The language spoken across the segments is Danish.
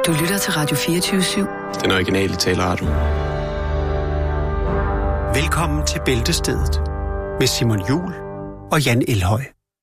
Du lytter til Radio 24/7. Den originale taleradio. Velkommen til Bæltestedet med Simon Juhl og Jan Elhøj.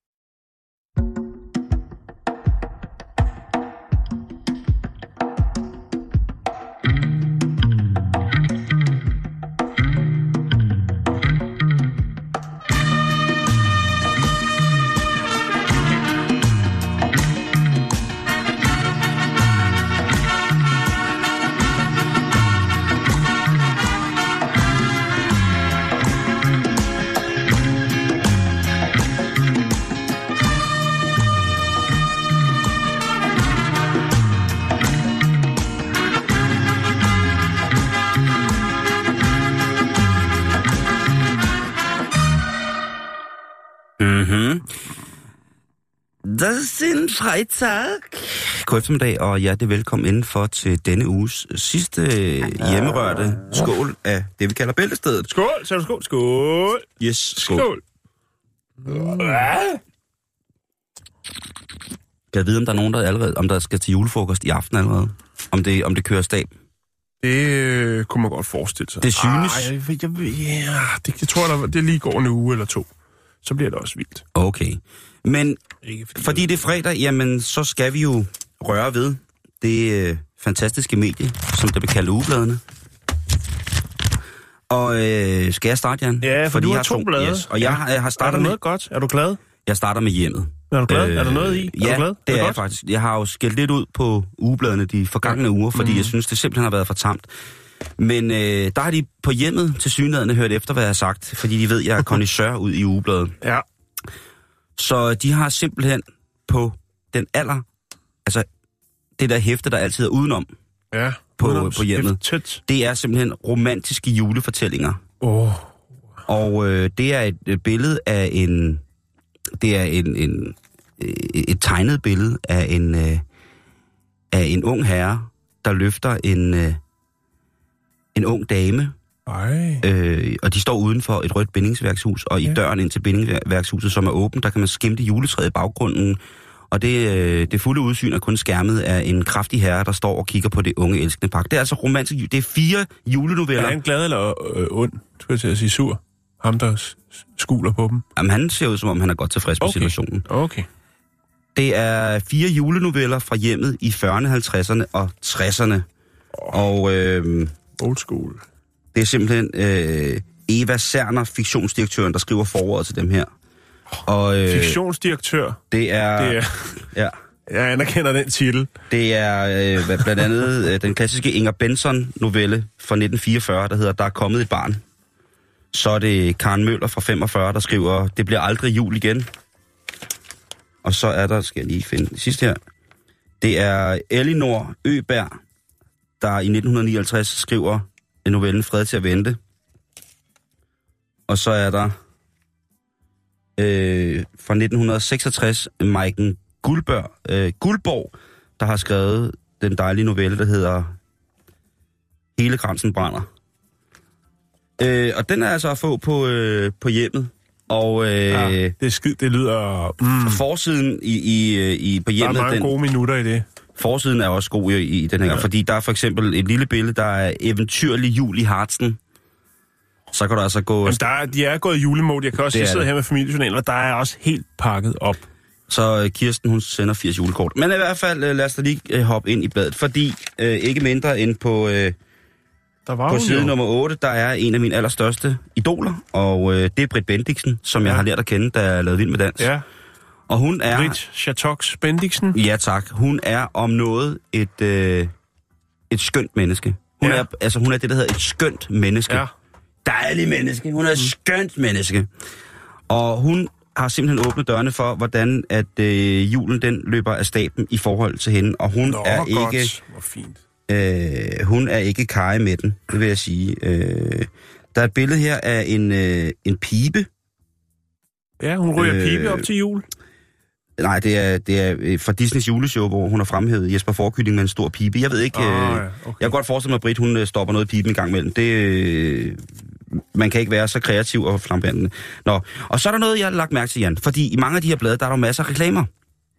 Das sind Freitag. God eftermiddag, og hjertelig velkommen indenfor til denne uges sidste hjemmerørte skål af det, vi kalder Bæltestedet. Skål, så er du skål. Skål. Yes, skål. Kan jeg vide, om der er nogen, der allerede, om der skal til julefrokost i aften allerede? Om det kører stab? Det kunne man godt forestille sig. Det synes. Jeg tror, det lige går en uge eller to. Så bliver det også vildt. Okay. Men fordi det er fredag, jamen så skal vi jo røre ved det fantastiske medie, som det bliver kaldt ugebladene. Og skal jeg starte, Jan? Ja, for du har to blade. Yes. Og jeg har startet med... Er der noget godt? Er du glad? Jeg starter med hjemmet. Er du glad? Er der noget i? Ja, er du glad? det er jeg faktisk. Jeg har jo skældt lidt ud på ugebladene de forgangne uger, fordi jeg synes, det simpelthen har været for tamt. Men der har de på hjemmet til synligheden hørt efter, hvad jeg har sagt, fordi de ved, at jeg er kondisør ud i ugebladet. Ja. Så de har simpelthen på den altså det der hæfte, der altid er udenom på hjemmet. Det er simpelthen romantiske julefortællinger. Og det er et billede af et tegnet billede af en ung herre, der løfter en ung dame. Og de står uden for et rødt bindingsværkshus, og i døren ind til bindingsværkshuset, som er åbent, der kan man skimte juletræet i baggrunden. Og det fulde udsyn er kun skærmet af en kraftig herre, der står og kigger på det unge elskende par. Det er altså romantisk. Det er 4 julenoveller. Er han glad eller ond? Skulle jeg sige sur? Ham, der skuler på dem? Jamen, han ser ud, som om han er godt tilfreds med situationen. Okay. Det er 4 julenoveller fra hjemmet i 40'erne, 50'erne og 60'erne. Og old school. Det er simpelthen Eva Serner, fiktionsdirektøren, der skriver forordet til dem her. Og, fiktionsdirektør? Det er... Ja. Jeg anerkender den titel. Det er blandt andet den klassiske Inger Benson-novelle fra 1944, der hedder Der er kommet et barn. Så er det Karen Møller fra 45, der skriver Det bliver aldrig jul igen. Og så er der, skal jeg lige finde det sidste her, det er Elinor Øberg, der i 1959 skriver novellen Fred til at vente. Og så er der fra 1966 Maiken Guldborg, der har skrevet den dejlige novelle, der hedder Hele kransen brænder. Og den er altså at få på hjemmet. Og det er skidt, det lyder... Forsiden på hjemmet... Der er mange gode minutter i det. Forsiden er også god i den her, fordi der er for eksempel et lille billede, der er eventyrlig jul i Hartsen. Så kan du altså gå... Jamen, de er gået i julemode. Jeg kan også sidde her med familiejournaler, og der er også helt pakket op. Så Kirsten, hun sender 80 julekort. Men i hvert fald, lad os da lige hoppe ind i bladet, fordi ikke mindre end på side nummer 8, der er en af mine allerstørste idoler, og det er Britt Bendiksen, som jeg har lært at kende, da jeg lavede Vild med Dans. Ja. Og hun er... Britt Chatox Bendiksen? Ja, tak. Hun er om noget et skønt menneske. Hun er det, der hedder et skønt menneske. Ja. Dejlig menneske. Hun er et skønt menneske. Og hun har simpelthen åbnet dørene for, hvordan at julen den løber af staben i forhold til hende. Og hun er ikke... Hvor fint. Hun er ikke karrig med den, det vil jeg sige. Der er et billede her af en pibe. Ja, hun ryger pibe op til jul. Nej, det er fra Disneys juleshow, hvor hun har fremhævet Jesper Forkylling med en stor pibe. Jeg ved ikke... Okay. Jeg kan godt forestille mig, at Britt, hun stopper noget piben en gang imellem. Man kan ikke være så kreativ og flamboyant. Nå, og så er der noget, jeg har lagt mærke til, Jan. Fordi i mange af de her blade, der er der masser af reklamer.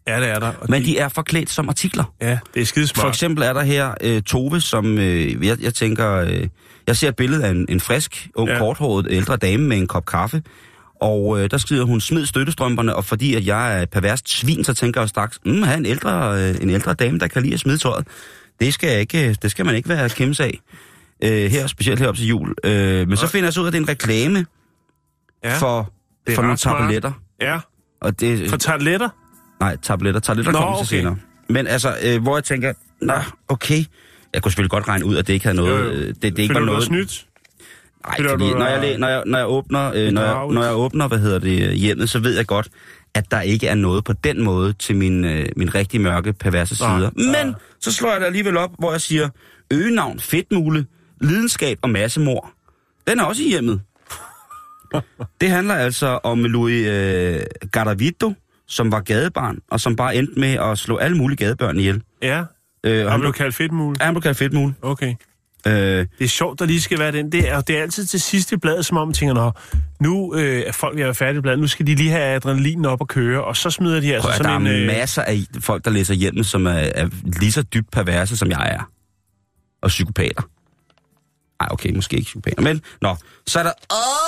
Ja, det er der. Men de er forklædt som artikler. Ja, det er skidesmart. For eksempel er der her Tove, som jeg tænker... jeg ser et billede af en frisk, ung, korthåret ældre dame med en kop kaffe. Og der skriver hun, smid støttestrømperne, og fordi at jeg er et perverst svin, så tænker jeg straks, have en ældre dame, der kan lide at smide tøjet. Det skal man ikke være kæmpe af. Her, specielt herop til jul. Men så finder jeg så ud af, at det er en reklame for nogle tabletter. Ja, og det, for tabletter? Nej, tabletter kommer til senere. Men altså, hvor jeg tænker, okay, jeg kunne selvfølgelig godt regne ud, at det ikke havde noget... Det ikke var noget snydt? Nej, fordi når jeg åbner, hjemmet, så ved jeg godt, at der ikke er noget på den måde til min rigtig mørke, perverse sider. Men så slår jeg det alligevel op, hvor jeg siger, øgenavn, fedtmule, lidenskab og massemord. Den er også i hjemmet. Det handler altså om Louis Garavito, som var gadebarn, og som bare endte med at slå alle mulige gadebørn ihjel. Ja, han blev kaldt fedtmule? Ja, han blev kaldt fedtmule. Okay. Det er sjovt, der lige skal være den. Det er altid til sidste blad, som om man tænker, nu er folk ved at være færdige bladet, nu skal de lige have adrenalinen op og køre, og så smider de altså sådan en... Der er masser af folk, der læser Hjelmen, som er lige så dybt perverse, som jeg er. Og psykopater. Nej, okay, måske ikke psykopater, men så er der...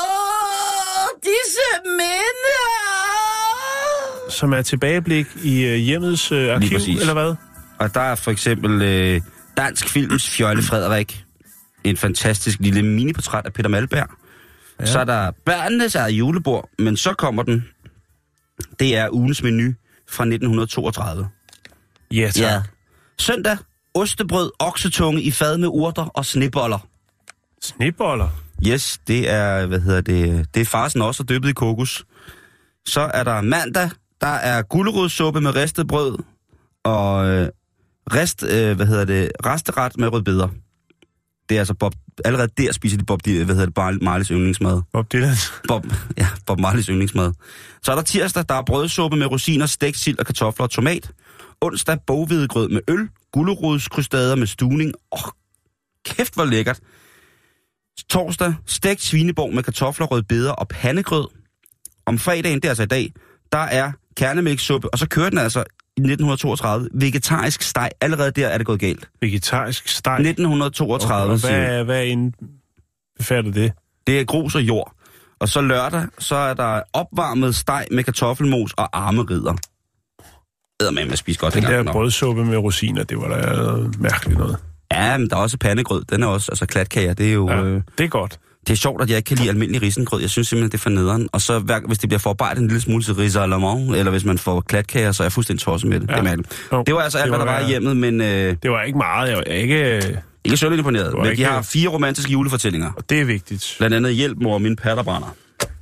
disse minder! Som er tilbageblik i hjemmets arkiv, eller hvad? Og der er for eksempel Dansk Films Fjolle Frederik. En fantastisk lille miniportræt af Peter Malberg. Ja. Så er der Børnenes eget julebord, men så kommer den. Det er ugens menu fra 1932. Ja, tak. Ja. Søndag, ostebrød, oksetunge i fad med urter og sneboller. Sneboller? Yes, det er, det er farsen også dyppet i kokos. Så er der mandag, der er gulerodssuppe med ristet brød og resteret med rødbeder. Det er altså allerede der spiser de Bob Marleys yndlingsmad. Bob Dylan? Bob Marleys yndlingsmad. Så er der tirsdag, der er brødsuppe med rosiner, stegt sild og kartofler og tomat. Onsdag, boghvedegrød med øl, gulerodskrystader med stuning. Kæft hvor lækkert. Torsdag, stegt svineborg med kartofler, rødbeder og pandegrød. Om fredagen, det er altså i dag, der er kernemælksuppe, og så kører den altså i 1932 vegetarisk steg. Allerede der er det gået galt. Vegetarisk steg? 1932. Og hvad indbefatter det? Det er grus og jord. Og så lørdag, så er der opvarmet steg med kartoffelmos og armerider. Man spiser godt. Den der brødsuppe med rosiner, det var da mærkeligt noget. Ja, men der er også pandegrød. Den er også, altså klatkager, det er jo... Ja, det er godt. Det er sjovt, at jeg ikke kan lide almindelig risengrød. Jeg synes simpelthen, det er for nederen. Og så hvis det bliver forarbejdet en lille smule til ris à la mort, eller hvis man får klatkager, så er jeg fuldstændig tosset med det. Ja. Det var altså alt, hvad der var i hjemmet, men... Det var ikke meget. Jeg var ikke... Ikke særlig imponeret, men de har 4 romantiske julefortællinger. Og det er vigtigt. Blandt andet Hjælp mor og min patterbrænder.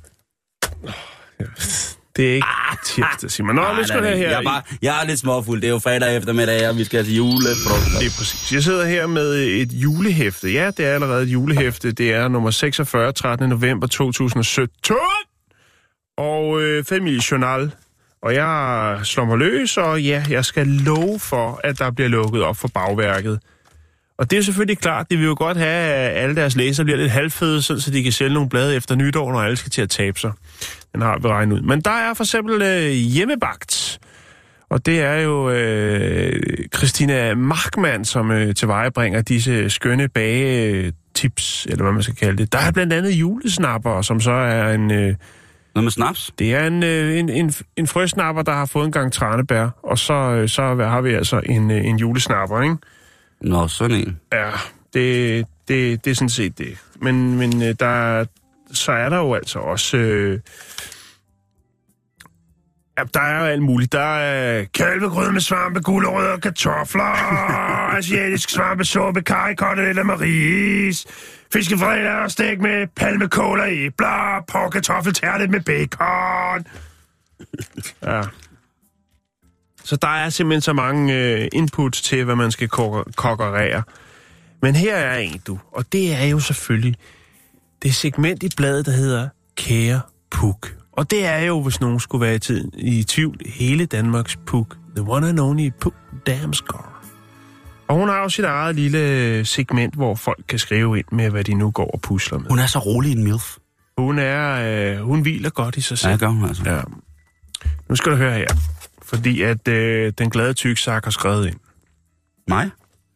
Det er ikke tirsdag, Simon. Nå, nu skal det her. Jeg er lidt småfuld. Det er jo fredag eftermiddag, og vi skal til julefrokost. Det er præcis. Jeg sidder her med et julehæfte. Ja, det er allerede et julehæfte. Det er nummer 46, 13. november 2017. Og Familie Journal. Og jeg slår mig løs, og ja, jeg skal love for, at der bliver lukket op for bagværket. Og det er selvfølgelig klart, de vil jo godt have, at alle deres læsere bliver lidt halvfede, så de kan sælge nogle blade efter nytår, når alle skal til at tabe sig. Den har vi regnet ud. Men der er for eksempel hjemmebagt. Og det er jo Christina Markmann, som tilvejebringer disse skønne bagetips, eller hvad man skal kalde det. Der er blandt andet julesnapper, som så er en... Noget med snaps? Det er en frøsnapper, der har fået en gang tranebær. Og så har vi altså en julesnapper, ikke? Nå, sådan en. Ja, det er sådan set det. Men så er der jo altså også... der er jo alt muligt. Der er kalvegrød med svampe, gulerødder og kartofler, asiatisk svampesuppe, karikoteletter med ris, fiskefredag og stek med palmekål og æbler, på kartoffeltærte med bacon. Ja. Så der er simpelthen så mange inputs til, hvad man skal kokkerere. Men her er en, og det er jo selvfølgelig det segment i bladet, der hedder Kære Puk. Og det er jo, hvis nogen skulle være i tvivl, hele Danmarks Puk. The one and only Puk Damsgaard. Og hun har jo sit eget lille segment, hvor folk kan skrive ind med, hvad de nu går og pusler med. Hun er så rolig en milf. Hun hviler godt i sig selv. Ja, det gør hun altså. Ja. Nu skal du høre her. fordi at den glade tyksak har skrevet ind. Mig?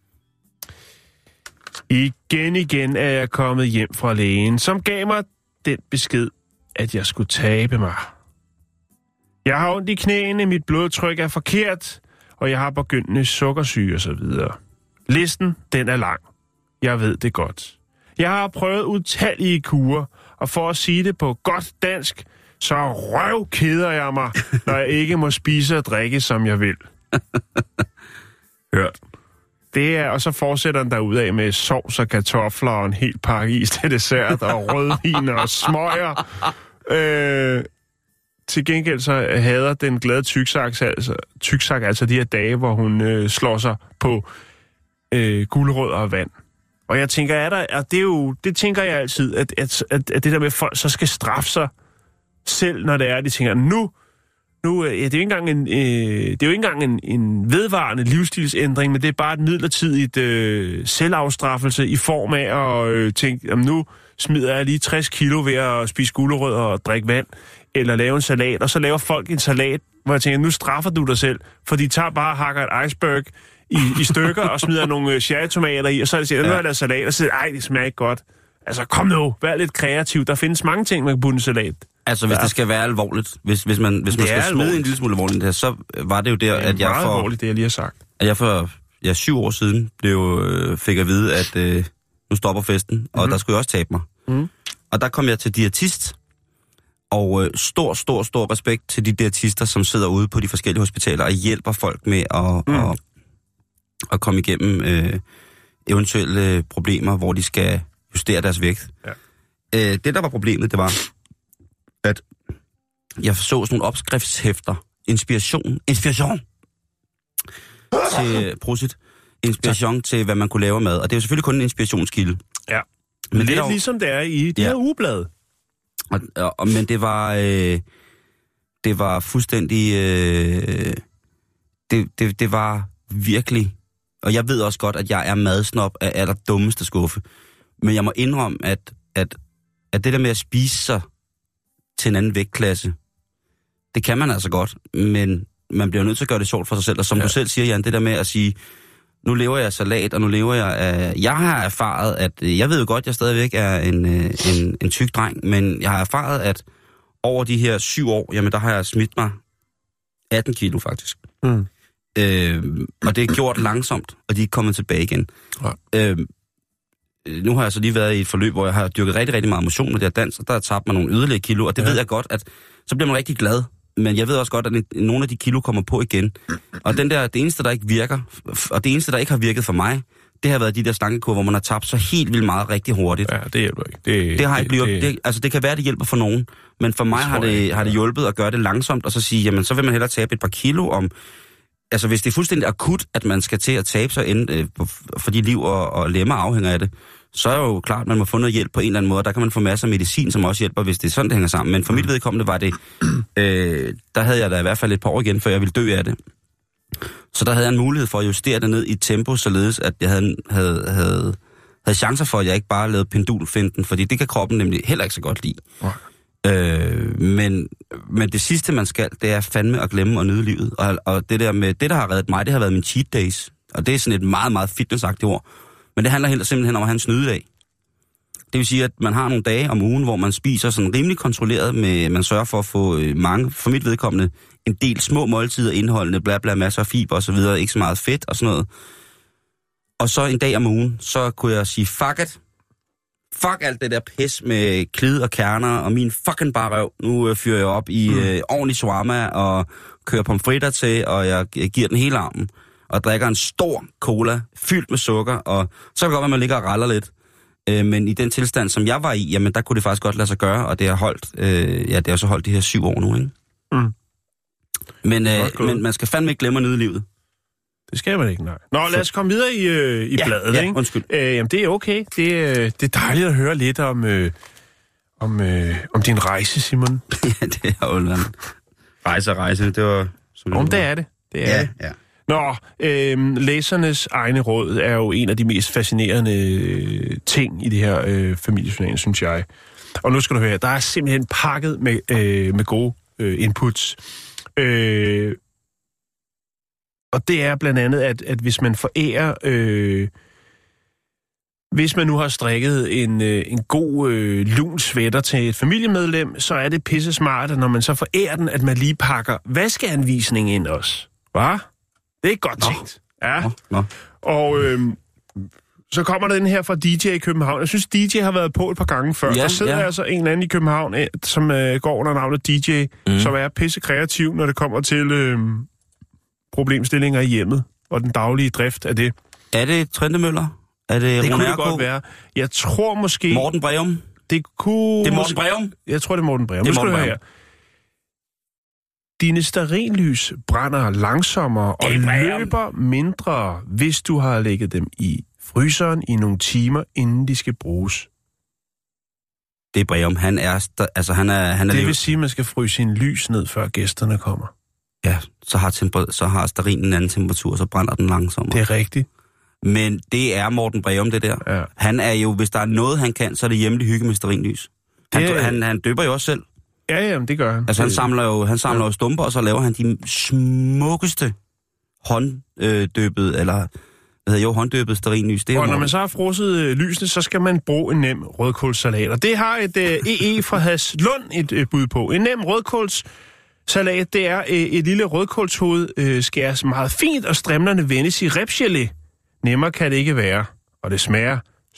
Igen er jeg kommet hjem fra lægen, som gav mig den besked, at jeg skulle tabe mig. Jeg har ondt i knæene, mit blodtryk er forkert, og jeg har begyndende sukkersyge osv. Listen, den er lang. Jeg ved det godt. Jeg har prøvet utallige kurer, og for at sige det på godt dansk, så røvkeder jeg mig, når jeg ikke må spise og drikke, som jeg vil. Hørt. Det er, og så fortsætter den derudad med sovs og kartofler og en hel pakke is til dessert og rødvin og smøger. Til gengæld så hader den glade tyksak altså de her dage, hvor hun slår sig på gulerødder og vand. Og jeg tænker, det tænker jeg altid, at det der med folk så skal straffe sig selv, når det er, de tænker, nu det er jo ikke engang en vedvarende livsstilsændring, men det er bare et midlertidigt selvafstraffelse i form af at tænke, nu smider jeg lige 60 kilo ved at spise gulerødder og drikke vand, eller lave en salat, og så laver folk en salat, hvor jeg tænker, nu straffer du dig selv, for de tager bare og hakker et iceberg i stykker og smider nogle cherrytomater i, og så siger, nu har jeg lavet salat, og så siger, det smager ikke godt. Altså, kom nu, vær lidt kreativ. Der findes mange ting, man kan putte en salat. Altså, hvis det skal være alvorligt, hvis man skal smide en lille smule alvorligt der, så var det jo der, at jeg meget alvorligt, det jeg lige har sagt. At jeg for 7 år siden fik at vide, at nu stopper festen, og der skulle jeg også tabe mig. Og der kom jeg til diætist, og stor respekt til de diætister, som sidder ude på de forskellige hospitaler og hjælper folk med at komme igennem eventuelle problemer, hvor de skal justere deres vægt. Ja. Det, der var problemet, det var, at jeg så sådan nogle opskriftshæfter. Inspiration til Prosit. Inspiration til, hvad man kunne lave mad. Og det er jo selvfølgelig kun en inspirationskilde. Ja. Men det er ligesom det er i de her ugeblade. Men det var fuldstændig... Det var virkelig... Og jeg ved også godt, at jeg er madsnop af allerdummeste skuffe. Men jeg må indrømme, at det der med at spise sig til en anden vægtklasse, det kan man altså godt, men man bliver nødt til at gøre det sjovt for sig selv. Og som du selv siger, Jan, det der med at sige, nu lever jeg af salat, og nu lever jeg af... Jeg har erfaret, at... Jeg ved jo godt, at jeg stadigvæk er en tyk dreng, men jeg har erfaret, at over de her 7 år, jamen der har jeg smidt mig 18 kilo faktisk. Og det er gjort langsomt, og de er kommet tilbage igen. Ja. Nu har jeg så lige været i et forløb, hvor jeg har dyrket rigtig, rigtig meget motion med det her dans, og der har tabt mig nogle yderligere kilo, og det ved jeg godt, at så bliver man rigtig glad. Men jeg ved også godt, at nogle af de kilo kommer på igen. Og det eneste, der ikke virker, og det eneste, der ikke har virket for mig, det har været de der slankekur, hvor man har tabt så helt vildt meget rigtig hurtigt. Ja, det hjælper ikke. Det har ikke blivet... Det kan være, det hjælper for nogen, men for mig har det hjulpet at gøre det langsomt, og så sige, jamen, så vil man hellere tabe et par kilo om... Altså, hvis det er fuldstændig akut, at man skal til at tabe sig fordi liv og lemmer afhænger af det, så er jo klart, at man må få noget hjælp på en eller anden måde. Der kan man få masser af medicin, som også hjælper, hvis det er sådan, det hænger sammen. Men for mit vedkommende var det... der havde jeg da i hvert fald et par år igen, før jeg ville dø af det. Så der havde jeg en mulighed for at justere det ned i et tempo, således at jeg havde chancer for, at jeg ikke bare lavede pendulfinten, fordi det kan kroppen nemlig heller ikke så godt lide. Men det sidste, man skal, det er fandme at glemme og nyde livet. Og det der har reddet mig, det har været min cheat days. Og det er sådan et meget, meget fitnessagtigt ord. Men det handler simpelthen om at have en snydedag. Det vil sige, at man har nogle dage om ugen, hvor man spiser sådan rimelig kontrolleret, man sørger for at få mange, for mit vedkommende, en del små måltider, indholdende, bla, masser af fiber og så videre, ikke så meget fedt og sådan noget. Og så en dag om ugen, så kunne jeg sige, fuck it. Fuck alt det der pis med klid og kerner og min fucking bare røv. Nu fyrer jeg op i ordentlig shawarma og kører pomfritter til, og jeg giver den hele armen. Og drikker en stor cola fyldt med sukker, og så kan det godt være, at man ligger og raller lidt. Men i den tilstand, som jeg var i, jamen der kunne det faktisk godt lade sig gøre, og det har holdt, det har så holdt de her 7 år nu, ikke? Men man skal fandme ikke glemme at nyde livet. Det skal man ikke, nej. Nå, lad os komme videre i bladet, ikke? Undskyld. Jamen, det er okay. Det er dejligt at høre lidt om din rejse, Simon. Ja, det er jo rejse. Det var... Det er det. Det er det. Ja. Nå, læsernes egne råd er jo en af de mest fascinerende ting i det her familiejournal, synes jeg. Og nu skal du høre, der er simpelthen pakket med gode inputs. Og det er blandt andet, at hvis man forærer... Hvis man nu har strikket en god lun sweater til et familiemedlem, så er det pisse smart, at når man så forærer den, at man lige pakker vaskeanvisning ind også. Hva? Det er godt tænkt. Ja. Nå. Og så kommer der den her fra DJ i København. Jeg synes, DJ har været på et par gange før. Der sidder altså en eller anden i København, som går under navnet DJ, som er pisse kreativ, når det kommer til problemstillinger i hjemmet og den daglige drift af det. Er det Trentemøller? Er det kunne det godt være. Jeg tror måske... Morten Breum? Det kunne... Det er Morten Breum? Jeg tror, det er Morten Breum. Det er Morten Breum. Her. Dine stearinlys brænder langsommere og løber mindre, hvis du har lægget dem i fryseren i nogle timer, inden de skal bruges. Det er Breum. Han er det vil sige, at man skal fryse sin lys ned, før gæsterne kommer. Ja, så har stearin en anden temperatur, så brænder den langsommere. Det er rigtigt. Men det er Morten Breum, det der. Ja. Han er jo, hvis der er noget, han kan, så er det hjemlig hygge med stearinlys. Han døber jo også selv. Ja, det gør han. Altså, han samler jo stumper, og så laver han de smukkeste hånddøbede stearinlys. Og når man så har frosset lysene, så skal man bruge en nem rødkålssalat. Og det har et EE fra Haslund et bud på. En nem rødkålssalat, det er et lille rødkålshoved, skæres meget fint, og strimlerne vendes i ribsgelé. Nemmere kan det ikke være, og det smager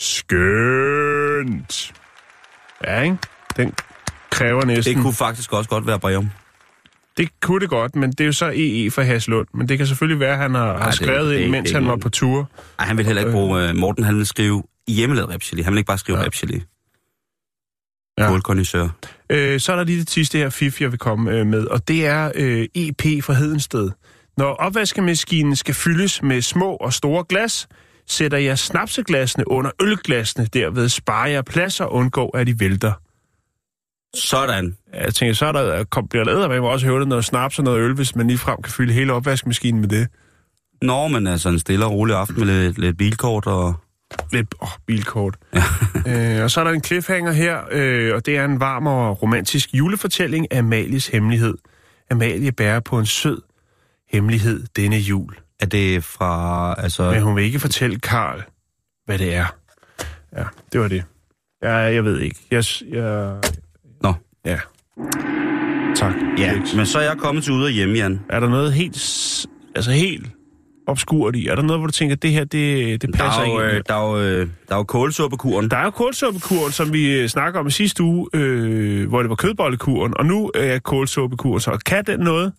skønt. Ja, ikke? Den kræver næsten... Det kunne faktisk også godt være Breum. Det kunne det godt, men det er jo så EE fra Haslund. Men det kan selvfølgelig være, at han har skrevet ind, mens han var på tur. Nej, han vil heller ikke bruge... Morten, han vil skrive hjemmelavet ribsgelé. Han vil ikke bare skrive ribsgelé. Ja. Kålkondensør. Så er der lige det sidste her fif, jeg vil komme med, og det er EP fra Hedensted. Når opvaskemaskinen skal fyldes med små og store glas, sætter jeg snapseglassene under ølglassene. Derved sparer jeg plads og undgår, at de vælter. Sådan. Jeg tænker, så er bliver der med også høvlet noget snaps og noget øl, hvis man ligefrem kan fylde hele opvaskemaskinen med det. Nå, men altså en stille og rolig aften med lidt bilkort og... Bilkort. Og så er der en cliffhanger her, og det er en varm og romantisk julefortælling af Amalies hemmelighed. Amalie bærer på en sød hemmelighed denne jul. Er det fra... altså? Men hun vil ikke fortælle Karl, hvad det er. Ja, det var det. Jeg ved ikke. Nå. Ja. Tak. Ja, men så er jeg kommet til ude og hjemme, Jan. Er der noget helt obskurt i? Er der noget, hvor du tænker, at det her, det passer ikke? Der er jo kålsuppekuren. Der er jo kålsuppekuren, som vi snakker om i sidste uge, hvor det var kødbollekuren, og nu er kålsuppekuren, så kan den noget?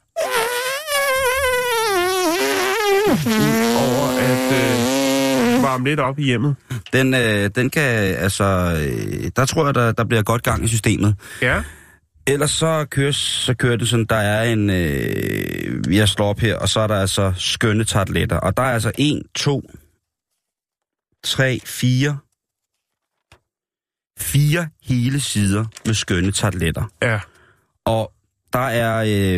Over at varme lidt op i hjemmet. Den kan, altså... Der tror jeg, der bliver godt gang i systemet. Ja. Ellers så kører det sådan, der er en... jeg slår op her, og så er der altså skønne tarteletter. Og der er altså 1, 2, 3, 4 hele sider med skønne tarteletter. Ja. Og der er...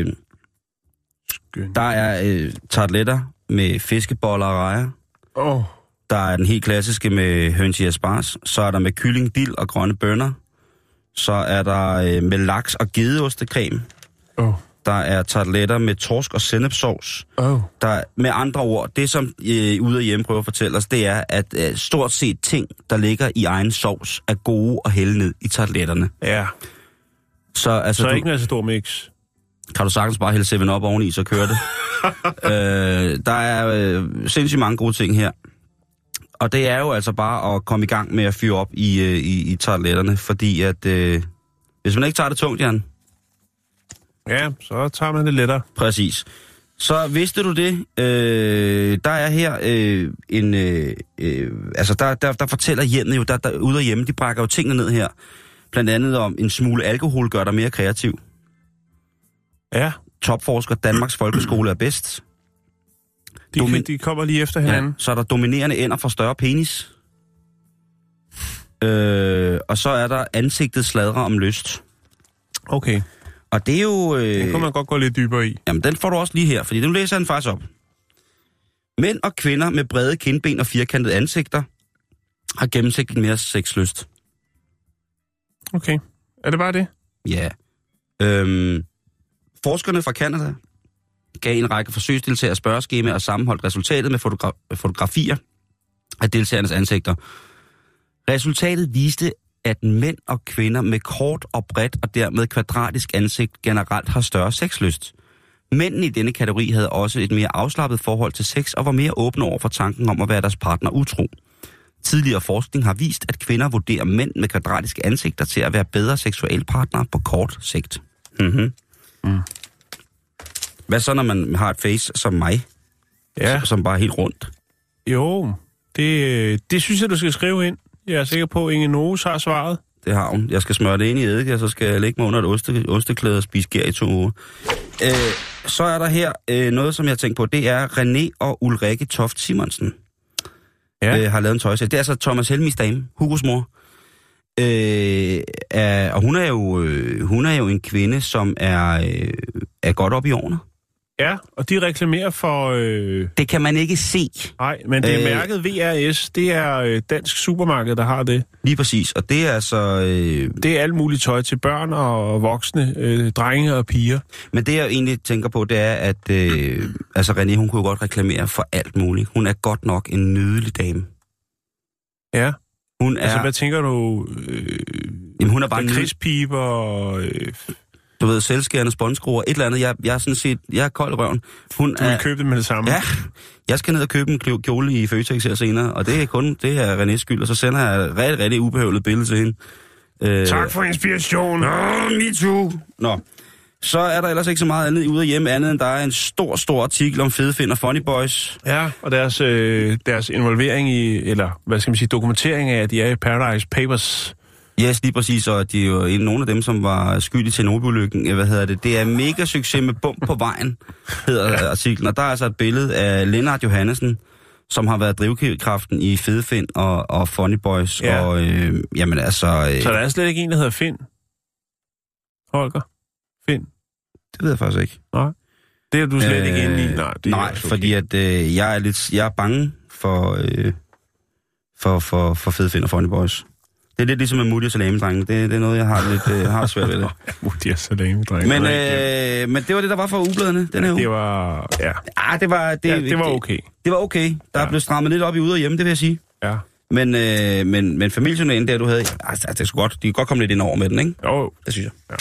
tarteletter med fiskeboller og rejer. Der er den helt klassiske med høns i asparges. Så er der med kylling, dild og grønne bønner. Så er der med laks og gedeostecreme. Der er tarteletter med torsk og sennepsovs. Der med andre ord, det som ude og hjemme prøver at fortælle os, det er, at stort set ting, der ligger i egen sovs, er gode at hælde ned i tarteletterne. Ja. Så ikke en så stor mix. Kan du sagtens bare hælde 7-Up oveni, så kører det. Der er sindssygt mange gode ting her. Og det er jo altså bare at komme i gang med at fyre op i tarteletterne, fordi at hvis man ikke tager det tungt, Jan. Ja, så tager man det lettere. Præcis. Så vidste du det? Der er her altså der fortæller hjemmet jo, der ude af hjemme, de brækker jo tingene ned her. Blandt andet om en smule alkohol gør dig mere kreativ. Ja. Topforsker Danmarks Folkeskole er bedst. De kommer lige efter hinanden. Ja, så er der dominerende ender for større penis. Og så er der ansigtet sladrer om lyst. Okay. Og det er jo... den kan man godt gå lidt dybere i. Jamen, den får du også lige her, fordi den læser den faktisk op. Mænd og kvinder med brede kindben og firkantede ansigter har gennemsigtigt mere sexlyst. Okay. Er det bare det? Ja. Forskerne fra Canada, gav en række forsøgsdeltagere spørgeskema og sammenholdt resultatet med fotografier af deltagernes ansigter. Resultatet viste, at mænd og kvinder med kort og bredt og dermed kvadratisk ansigt generelt har større sexlyst. Mændene i denne kategori havde også et mere afslappet forhold til sex og var mere åbne over for tanken om at være deres partner utro. Tidligere forskning har vist, at kvinder vurderer mænd med kvadratiske ansigter til at være bedre seksualpartnere på kort sigt. Mm-hmm. Mm. Hvad så, når man har et face som mig? Ja. Som bare er helt rundt? Jo, det synes jeg, du skal skrive ind. Jeg er sikker på, at Inge Noes har svaret. Det har hun. Jeg skal smøre det ind i eddike, og så skal jeg lægge mig under et osteklæde og spise gær i 2 uger. Så er der her noget, som jeg tænker på. Det er René og Ulrikke Toft Simonsen. Ja. Har lavet en tøjsæt. Det er altså Thomas Helmis dame, Hugos mor. Og hun er jo en kvinde, som er godt op i årene. Ja, og de reklamerer for... Det kan man ikke se. Nej, men det er mærket VRS. Det er dansk supermarked, der har det. Lige præcis, og det er altså... Det er alt muligt tøj til børn og voksne, drenge og piger. Men det, jeg egentlig tænker på, det er, at altså René, hun kunne jo godt reklamere for alt muligt. Hun er godt nok en nydelig dame. Ja. Hun er... Altså, hvad tænker du? Jamen, hun er bare en krigspiber og... Du ved, selvskærende spåndskruer, et eller andet. Jeg er sådan set, jeg er kold i røven. Du vil købe det med det samme? Ja, jeg skal ned og købe en kjole i Føtex her senere, og det er Renés skyld, og så sender jeg et rigtig ubehøvlet billede til hende. Tak for inspiration. Me too. Nå, så er der ellers ikke så meget andet ude af hjemme, andet end der er en stor artikel om Fede Finn og Funny Boys. Ja, og deres involvering i, eller hvad skal man sige, dokumentering af, at de er i Paradise Papers. Yes, lige præcis, og de er jo nogle af dem, som var skyldige til Nobel-ulykken. Det er mega succes med bump på vejen, hedder artiklen. Og der er altså et billede af Lennart Johannesen, som har været drivkraften i Fede Finn og Funny Boys. Ja. Og jamen altså... Så der er slet ikke en, der hedder Finn? Holger? Finn? Det ved jeg faktisk ikke. Nej. Det er du slet ikke inde i? Nej, fordi at jeg er bange for Fede Finn og Funny Boys. Det er lidt ligesom med Moody og Salami-drengene. Det er noget, jeg har lidt har svært ved det. Moody og Salami-drengene. Men det var det, der var for ubladene denne uge. Det var... Ja. Det var okay. Det var okay. Der er blevet strammet lidt op i ude og hjemme, det vil jeg sige. Ja. Men familiejournalen der, du havde... Altså, det er godt. De kan godt komme lidt ind over med den, ikke? Jo. Det synes jeg. Ja.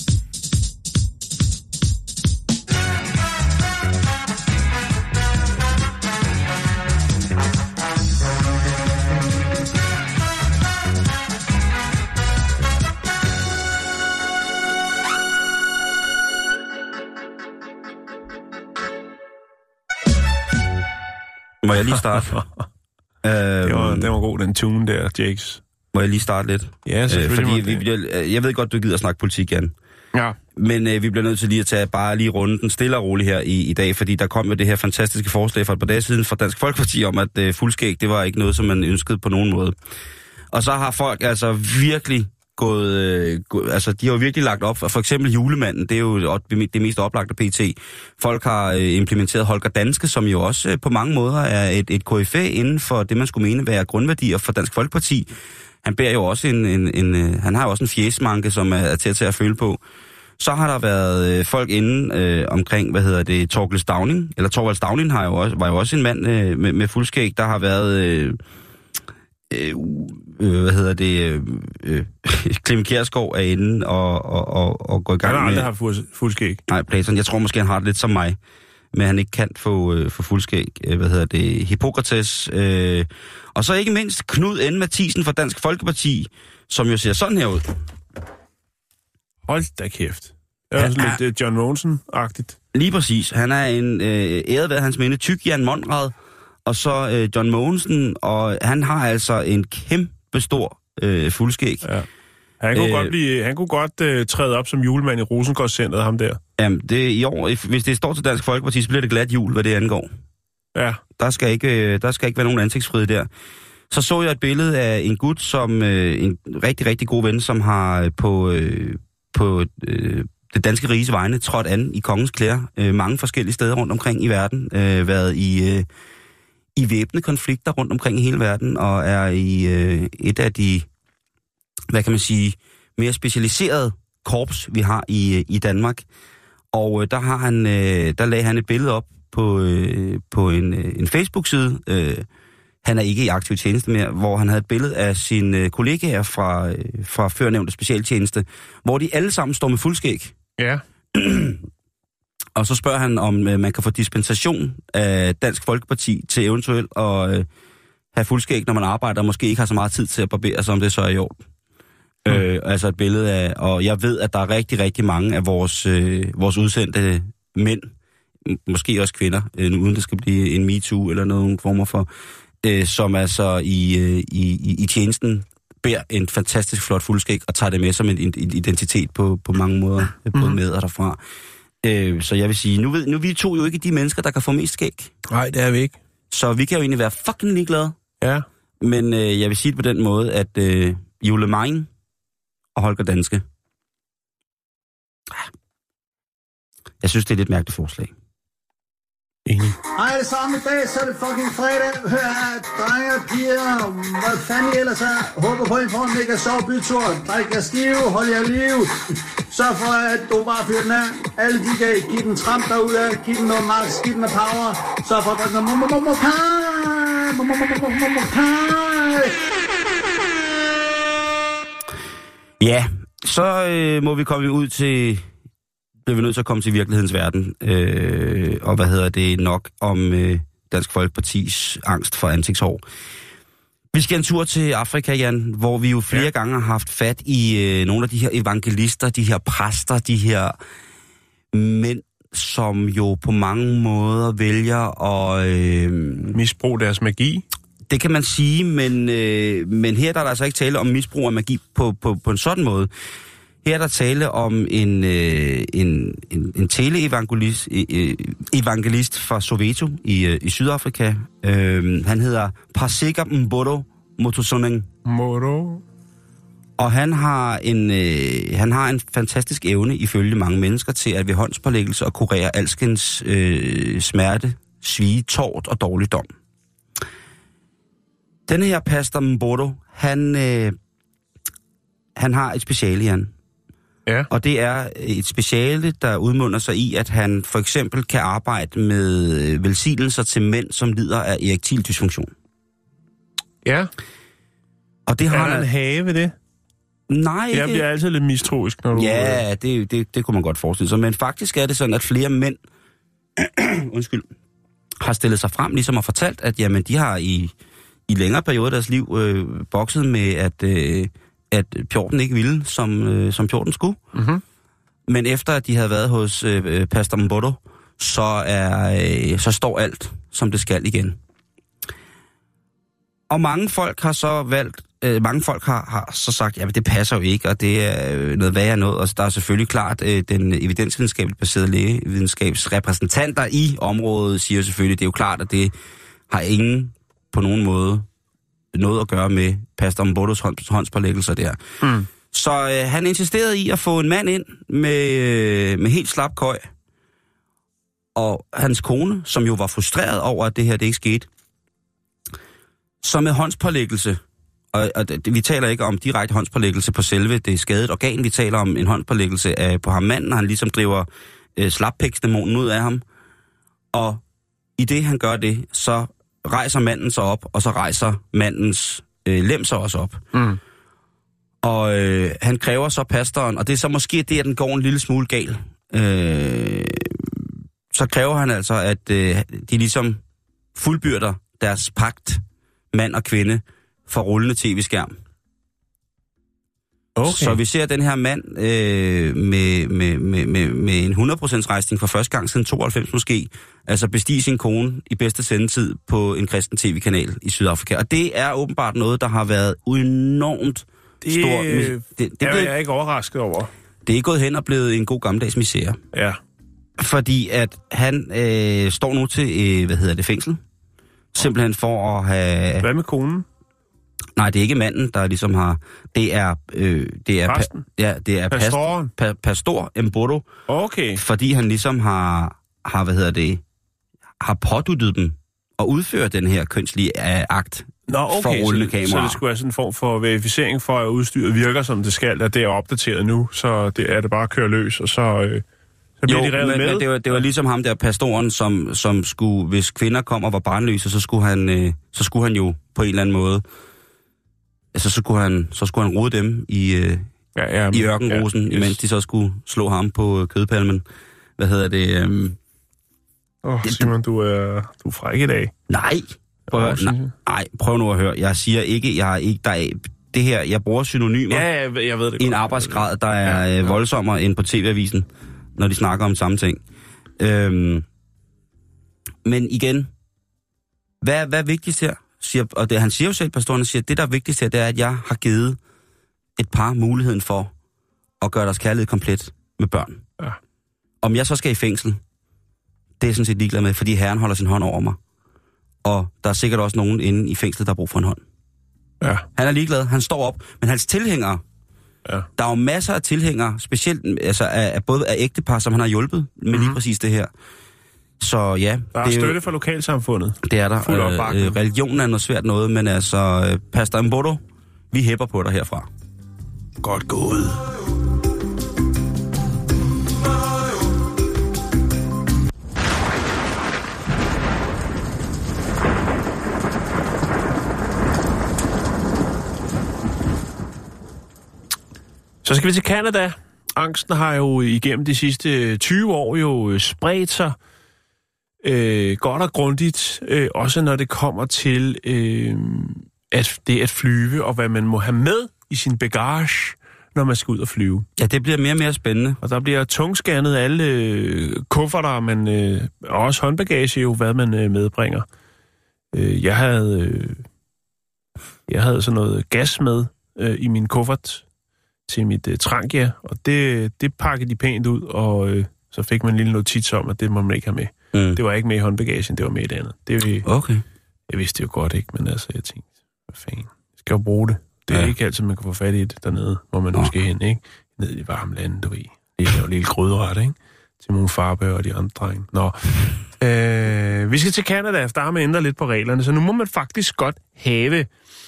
Må jeg lige starte? Den var god, den tune der, Jakes. Må jeg lige starte lidt? Ja, selvfølgelig. Fordi jeg ved godt, du gider at snakke politik, Jan. Ja. Men vi bliver nødt til lige at tage bare lige runden stille og roligt her i dag, fordi der kom jo det her fantastiske forslag for et par dage siden fra Dansk Folkeparti om, at fuldskæg, det var ikke noget, som man ønskede på nogen måde. Og så har folk altså virkelig altså de har jo virkelig lagt op, for eksempel julemanden, det er jo det mest oplagte PT. Folk har implementeret Holger Danske, som jo også på mange måder er et KFA inden for det, man skulle mene være grundværdier for Dansk Folkeparti. Han bærer jo også han har jo også en fjesmanke, som er til at føle på. Så har der været folk inde omkring, Thorvald Stauning, eller Thorvald Stauning var jo også en mand med fuldskæg. Der har været Clement Kjærsgaard er inde og går i gang med... Han har aldrig haft fuldskæg. Nej, Platon. Jeg tror måske, han har det lidt som mig, men han ikke kan få fuldskæg. Hippokrates. Og så ikke mindst Knud N. Mathisen fra Dansk Folkeparti, som jo ser sådan her ud. Hold da kæft. Det er også lidt John Mogensen-agtigt. Lige præcis. Han er en æret ved hans minde, tyk Jan Monrad, og så John Mogensen, og han har altså en kæmpe stor fuldskæg. Ja. Han kunne godt træde op som julemand i Rosengårdscenteret, ham der. Jamen, i år, hvis det står til Dansk Folkeparti, så bliver det glat jul, hvad det angår. Ja. Der skal ikke være nogen ansigtsfrihed der. Så jeg et billede af en gut, som en rigtig, rigtig god ven, som har på det danske riges vegne trådt an i kongens klæder mange forskellige steder rundt omkring i verden, været i væbnede konflikter rundt omkring i hele verden, og er i et af de, hvad kan man sige, mere specialiserede korps, vi har i Danmark. Og der lagde han et billede op på en Facebook-side. Han er ikke i aktiv tjeneste mere, hvor han havde et billede af sine kollegaer fra førnævnte specialtjeneste, hvor de alle sammen står med fuldskæg. Ja. Og så spørger han, om man kan få dispensation af Dansk Folkeparti til eventuelt at have fuldskæg, når man arbejder, og måske ikke har så meget tid til at barbere sig, om det så er i orden. Altså et billede af, og jeg ved, at der er rigtig, rigtig mange af vores udsendte mænd, måske også kvinder, uden det skal blive en MeToo eller nogle former for, som altså i tjenesten bærer en fantastisk flot fuldskæg og tager det med som en identitet på mange måder, både med og derfra. Så jeg vil sige, nu vi to jo ikke de mennesker, der kan få mest skæg. Nej, det er vi ikke. Så vi kan jo egentlig være fucking ligeglade. Ja. Men jeg vil sige det på den måde, at Jule Mein og Holger Danske, jeg synes, det er et lidt mærkeligt forslag. Enig. Hej, det samme dag, så er det fucking fredag. Hør her, drenge og piger, hvad fanden I ellers er. Håber på, at I får en mega sjov bytur. Drik jer skive, hold jer liv. Sørg for, at du bare fyrer den af. Alle de kan give den tramp derude, give den noget max, give den noget power. Sørg for at drikke noget Ja, så må vi komme ud til... bliver vi nødt til at komme til virkelighedens verden. Og nok om Dansk Folkepartis angst for ansigtshår. Vi skal en tur til Afrika, Jan, hvor vi jo flere gange har haft fat i nogle af de her evangelister, de her præster, de her mænd, som jo på mange måder vælger at... misbruge deres magi. Det kan man sige, men her der er der altså ikke tale om misbrug af magi på en sådan måde. Her er der tale om en teleevangelist fra Soweto i Sydafrika. Han hedder Paseka Mboro Motosoneng. Moro. Og han har en fantastisk evne, ifølge mange mennesker, til at ved håndspålæggelse og kurere alskens smerte, svie, tort og dårligdom. Denne her pastor Mboro, han har et speciale, Jan. Ja. Og det er et speciale, der udmunder sig i, at han for eksempel kan arbejde med velsignelser til mænd, som lider af erektil dysfunktion. Ja. Og det har han en have ved det? Nej, ikke. Jeg bliver altid lidt mistroisk, når du... Ja, det kunne man godt forestille sig. Men faktisk er det sådan, at flere mænd har stillet sig frem, ligesom og fortalt, at jamen, de har i længere perioder af deres liv bokset med, at Pjorten ikke ville, som Pjorten skulle. Mm-hmm. Men efter at de havde været hos pastor Mboro, så står alt, som det skal igen. Og mange folk har så valgt, har så sagt, ja, det passer jo ikke, og det er noget værre noget. Og der er selvfølgelig klart, den evidensvidenskabeligt baserede lægevidenskabsrepræsentanter i området siger selvfølgelig, det er jo klart, at det har ingen på nogen måde noget at gøre med pastor Mboros håndspålæggelser der. Mm. Så han insisterede i at få en mand ind med helt slap køj. Og hans kone, som jo var frustreret over, at det her det ikke skete, så med håndspålæggelse, og vi taler ikke om direkte håndspålæggelse på selve det skadede organ, vi taler om en håndspålæggelse på ham manden, og han ligesom driver slappæksdæmonen ud af ham. Og i det han gør det, så rejser manden sig op, og så rejser mandens lem sig også op. Mm. Og han kræver så pastoren, og det er så måske det, at den går en lille smule gal. Så kræver han altså, at de ligesom fuldbyrder deres pagt, mand og kvinde, for rullende tv-skærm. Okay. Så vi ser den her mand med en 100% rejsning for første gang siden 92 måske, altså bestige sin kone i bedste sendetid på en kristen tv-kanal i Sydafrika. Og det er åbenbart noget, der har været enormt stort. Det er jeg ikke overrasket over. Det er gået hen og blevet en god gammeldags misære. Ja. Fordi at han står nu til, fængsel. Simpelthen for at have... Hvad med konen? Nej, det er ikke manden, der ligesom har... Det er Præsten? Det er pastoren? Pastor Mboro. Okay. Fordi han ligesom har påduttet dem at udføre den her kønslige akt. Okay, for rullende kameraer. Så det skulle være sådan en form for verificering for, at udstyret virker, som det skal, at det er opdateret nu, så det er det bare at køre løs, og så Jo, men det var ligesom ham der pastoren, som skulle, hvis kvinder kom og var barnløse, så skulle han jo på en eller anden måde, altså så skulle han rode dem i ørkenrosen, imens de så skulle slå ham på kødpalmen. Hvad hedder det? Simon, du er fræk i dag. Nej. Prøv nu at høre. Jeg siger ikke, det her, jeg bruger synonymer jeg ved det i en arbejdsgrad, der er voldsommere end på TV-avisen, når de snakker om samme ting. Men igen, hvad er vigtigst her? Og det han siger jo selv, pastoren siger, det der er vigtigst her, det er, at jeg har givet et par muligheden for at gøre deres kærlighed komplet med børn. Ja. Om jeg så skal i fængsel, det er sådan set ligeglad med, fordi Herren holder sin hånd over mig. Og der er sikkert også nogen inde i fængslet, der har brug for en hånd. Ja. Han er ligeglad, han står op, men hans tilhængere, der er jo masser af tilhængere, specielt altså både af ægtepar, som han har hjulpet med lige præcis det her. Så ja. Der er støtte fra lokalsamfundet. Det er der. Religionen er noget svært noget, men altså, Pastor Mbodo, vi hæpper på dig herfra. Godt gået. Så skal vi til Canada. Angsten har jo igennem de sidste 20 år jo spredt sig godt og grundigt, også når det kommer til at flyve, og hvad man må have med i sin bagage, når man skal ud og flyve. Ja, det bliver mere og mere spændende. Og der bliver tungscannet alle kufferter, men også håndbagage jo, hvad man medbringer. Jeg havde sådan noget gas med i min kuffert til mit Trangia, og det pakkede de pænt ud, og så fik man en lille notits om, at det må man ikke have med. Det var ikke med i håndbagagen, det var med i det andet. Okay. Jeg vidste det jo godt ikke, men altså, jeg tænkte, hvad fanden, jeg skal jo bruge det. Det er ikke altid, man kan få fat i det dernede, hvor man nu skal hen, ikke? Ned i varme lande, du ved. Det er jo en lille gryderet, ikke? Til nogle farbøger og de andre drenge. Nå. Vi skal til Canada, der har man ændret lidt på reglerne, så nu må man faktisk godt have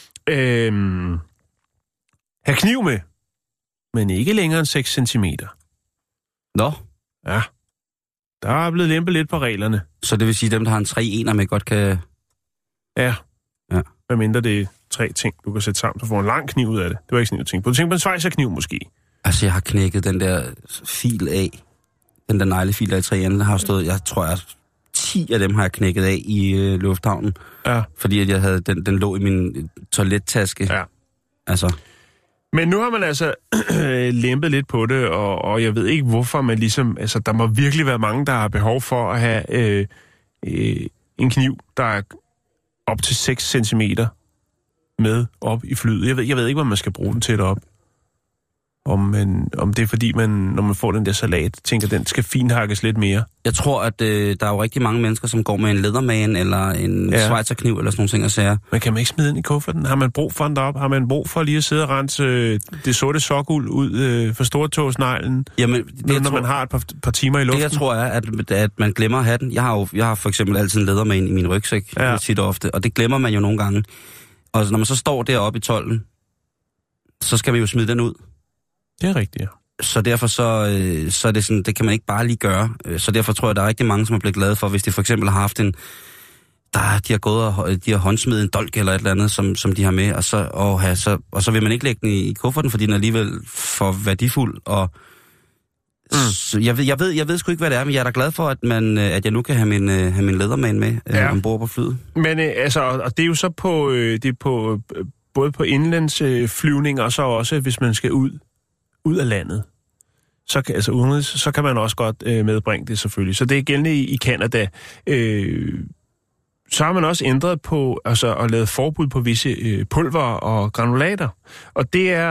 kniv med, men ikke længere end 6 centimeter. Nå. Ja. Der er blevet lempet lidt på reglerne. Så det vil sige, at dem, der har en 3-1'er med, godt kan... Ja. Hvad mindre det er 3 ting, du kan sætte sammen, så får en lang kniv ud af det. Det var ikke sådan, jeg tænkte på. Du tænker på en svejserkniv måske? Altså, jeg har knækket den der fil af. Den der neglefil af 3 ender, der har stået... Jeg tror, 10 af dem har jeg knækket af i lufthavnen. Ja. Fordi at jeg havde den lå i min toilettaske. Ja. Altså... Men nu har man altså lempet lidt på det, og jeg ved ikke, hvorfor man ligesom... Altså, der må virkelig være mange, der har behov for at have en kniv, der er op til 6 centimeter med op i flyet. Jeg ved ikke, hvad man skal bruge den til derop. Om det er fordi, når man får den der salat, tænker, den skal finhakkes lidt mere. Jeg tror, at der er jo rigtig mange mennesker, som går med en Leatherman eller en schweizerkniv eller sådan nogle ting og sager. Men kan man ikke smide den i kufferten? Har man brug for den derop? Har man brug for lige at sidde og rense det sorte sokul ud for stortåsneglen? Jamen, når man har et par timer i luften? Det jeg tror er, at man glemmer at have den. Jeg har for eksempel altid en Leatherman i min rygsæk, tit og ofte, og det glemmer man jo nogle gange. Og når man så står deroppe i tolden, så skal man jo smide den ud. Det er rigtigt, ja. Så derfor så er det sådan, det kan man ikke bare lige gøre. Så derfor tror jeg, der er rigtig mange, som er blevet glade for, hvis de for eksempel har haft de har gået og de har håndsmidt en dolk eller et eller andet, som de har med, og så vil man ikke lægge den i kufferten, fordi den er alligevel for værdifuld. Og så jeg ved sgu ikke, hvad det er, men jeg er da glad for, at jeg nu kan have min Leatherman med ombord på flyet. Men og det er jo så på både på indlandsflyvninger og så også, hvis man skal ud af landet, så kan man også godt medbringe det selvfølgelig. Så det er gældende i Canada. Så har man også ændret på, og lavet forbud på visse pulver og granulater. Og det er,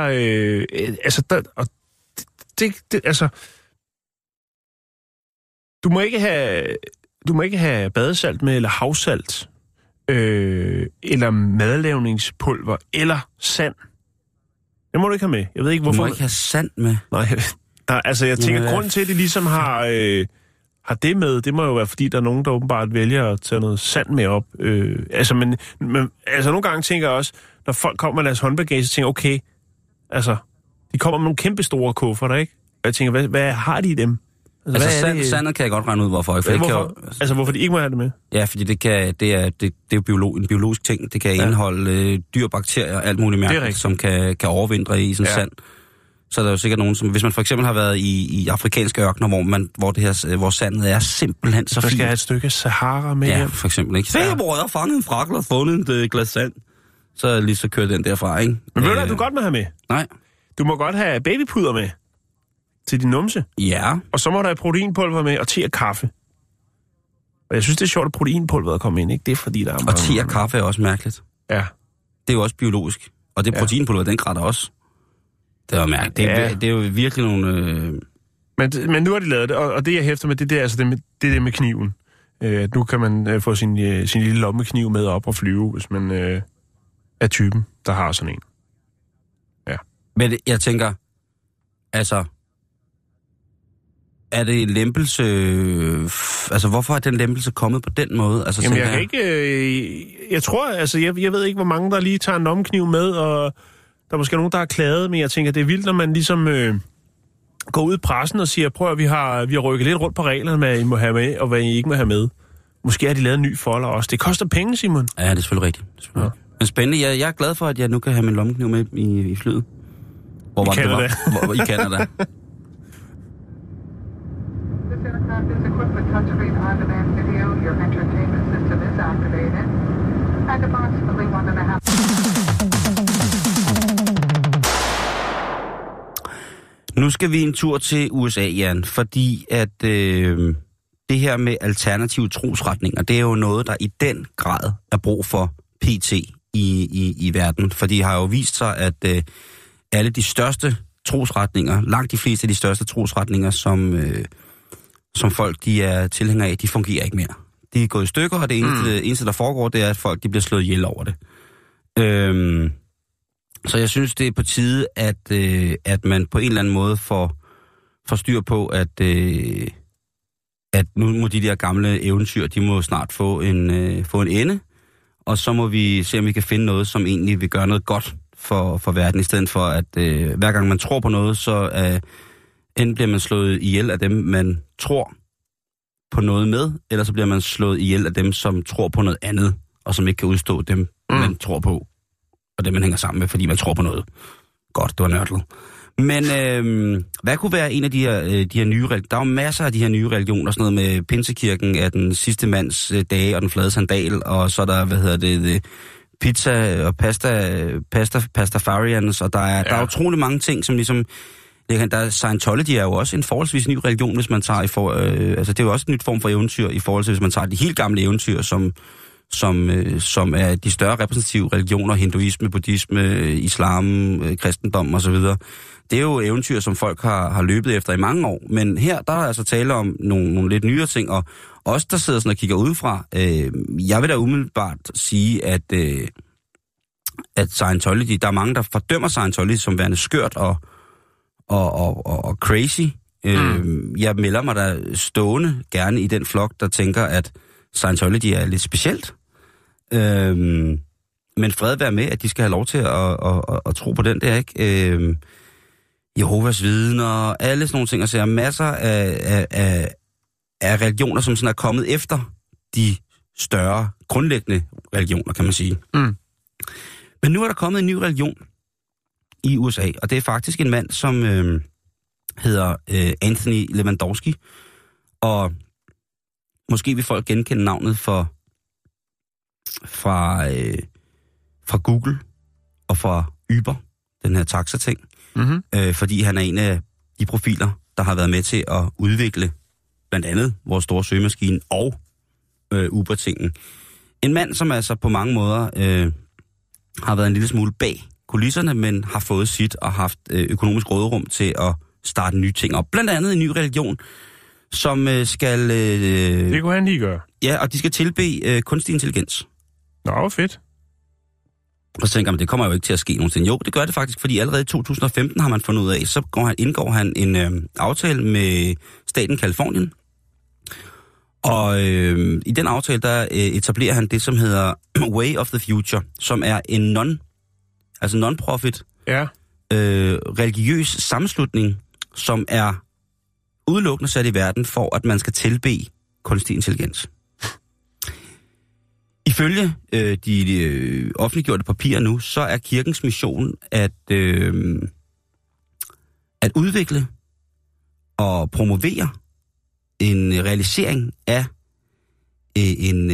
du må ikke have badesalt med, eller havsalt, eller madlavningspulver, eller sand. Det må du ikke have med. Jeg ved ikke, hvorfor... Du må ikke have sand med? Nej, jeg tænker, grunden til, at de ligesom har det med, det må jo være, fordi der er nogen, der åbenbart vælger at tage noget sand med op. Men nogle gange tænker jeg også, når folk kommer med deres håndbagage, så tænker jeg, okay, de kommer med nogle kæmpe store kufferter, ikke? Og jeg tænker, hvad har de i dem? Altså sandet kan jeg godt regne ud, hvorfor. Hvorfor? Hvorfor de ikke må have det med? Ja, fordi det er jo en biologisk ting. Det kan indeholde dyr, bakterier og alt muligt mærkeligt, som kan overvintre i sådan sand. Så er der jo sikkert nogen, som... Hvis man for eksempel har været i afrikanske ørkener, hvor sandet er simpelthen så fint. Man skal have et stykke Sahara med hjem. Ja, for eksempel, ikke? Se, hvor jeg har fanget en frakkel og fundet et glas sand. Så lige så kører den derfra, ikke? Men ved du godt må have med? Nej. Du må godt have babypuder med til din numse. Ja. Og så må der have proteinpulver med og te og kaffe. Og jeg synes, det er sjovt, at proteinpulveret kommer ind, ikke? Det er fordi, der er mange... Og te og kaffe er også mærkeligt. Ja. Det er jo også biologisk. Og det proteinpulver, den græder også. Det var mærkeligt. Det er jo virkelig nogle... Men nu har de lavet det, og det, jeg hæfter med, det er altså det med kniven. Nu kan man få sin lille lommekniv med op og flyve, hvis man er typen, der har sådan en. Ja. Men jeg tænker, altså... Er det lempelse... Altså, hvorfor er den lempelse kommet på den måde? Altså, jamen, jeg kan ikke... Jeg tror, altså, jeg ved ikke, hvor mange, der lige tager en lommekniv med, og der er måske nogen, der har klaget, men jeg tænker, det er vildt, når man ligesom går ud i pressen og siger, prøv at vi har rykket lidt rundt på reglerne, hvad I må have med, og hvad I ikke må have med. Måske har de lavet en ny folder også. Det koster penge, Simon. Ja, det er selvfølgelig rigtigt. Ja. Men spændende. Jeg er glad for, at jeg nu kan have min lommekniv med i flyet. I Canada. I Canada. Aircraft is equipped with touchscreen on-demand video. Your entertainment system is activated. At approximately 1,5. Nu skal vi en tur til USA, Jan, fordi at det her med alternative trosretninger, det er jo noget, der i den grad er brug for PT i verden. For det har jo vist sig, at alle de største trosretninger, langt de fleste af de største trosretninger, som folk de er tilhængere af, de fungerer ikke mere. De er gået i stykker, og det eneste der foregår, det er, at folk de bliver slået ihjel over det. Så jeg synes, det er på tide, at man på en eller anden måde får styr på, at nu må de der gamle eventyr, de må snart få en ende, og så må vi se, om vi kan finde noget, som egentlig vil gøre noget godt for verden, i stedet for, at hver gang man tror på noget, så enten bliver man slået ihjel af dem, man tror på noget med, eller så bliver man slået ihjel af dem, som tror på noget andet, og som ikke kan udstå dem, man tror på, og dem, man hænger sammen med, fordi man tror på noget. Godt, det var nørdet. Men hvad kunne være en af de her nye religioner? Der er jo masser af de her nye religioner, sådan noget med Pinsekirken af den sidste mands dage og den flade sandal, og så er der, pizza og pastafarians, og der er utrolig mange ting, som ligesom... Scientology er jo også en forholdsvis ny religion, hvis man tager altså det er jo også en nyt form for eventyr i forhold til, hvis man tager de helt gamle eventyr, som er de større repræsentative religioner, hinduisme, buddhisme, islam, kristendom osv. Det er jo eventyr, som folk har løbet efter i mange år, men her der er altså tale om nogle lidt nyere ting, og os, der sidder sådan og kigger udefra, jeg vil da umiddelbart sige, at Scientology, der er mange, der fordømmer Scientology som værende skørt og crazy. Jeg melder mig der stående gerne i den flok, der tænker, at Scientology er lidt specielt. Men fred være med, at de skal have lov til at tro på den der, ikke? Jehovas vidner, alle sådan nogle ting, og så er masser af religioner, som sådan er kommet efter de større, grundlæggende religioner, kan man sige. Men nu er der kommet en ny religion i USA, og det er faktisk en mand, som hedder Anthony Lewandowski, og måske vil folk genkende navnet fra Google og fra Uber, den her taxa-ting, fordi han er en af de profiler, der har været med til at udvikle blandt andet vores store søgemaskine og Uber-tingen. En mand, som altså på mange måder har været en lille smule bag kulisserne, men har fået sit og haft økonomisk råderum til at starte nye ting op. Blandt andet en ny religion, som skal... det kunne han lige gøre. Ja, og de skal tilbede kunstig intelligens. Nå, fedt. Og så tænker man, det kommer jo ikke til at ske nogensinde. Jo, det gør det faktisk, fordi allerede i 2015 har man fundet ud af, så indgår han en aftale med staten Kalifornien. Og i den aftale, der etablerer han det, som hedder Way of the Future, som er en non-profit religiøs sammenslutning, som er udelukkende sat i verden for, at man skal tilbede kunstig intelligens. Ifølge de offentliggjorte papirer nu, så er kirkens mission at udvikle og promovere en realisering af en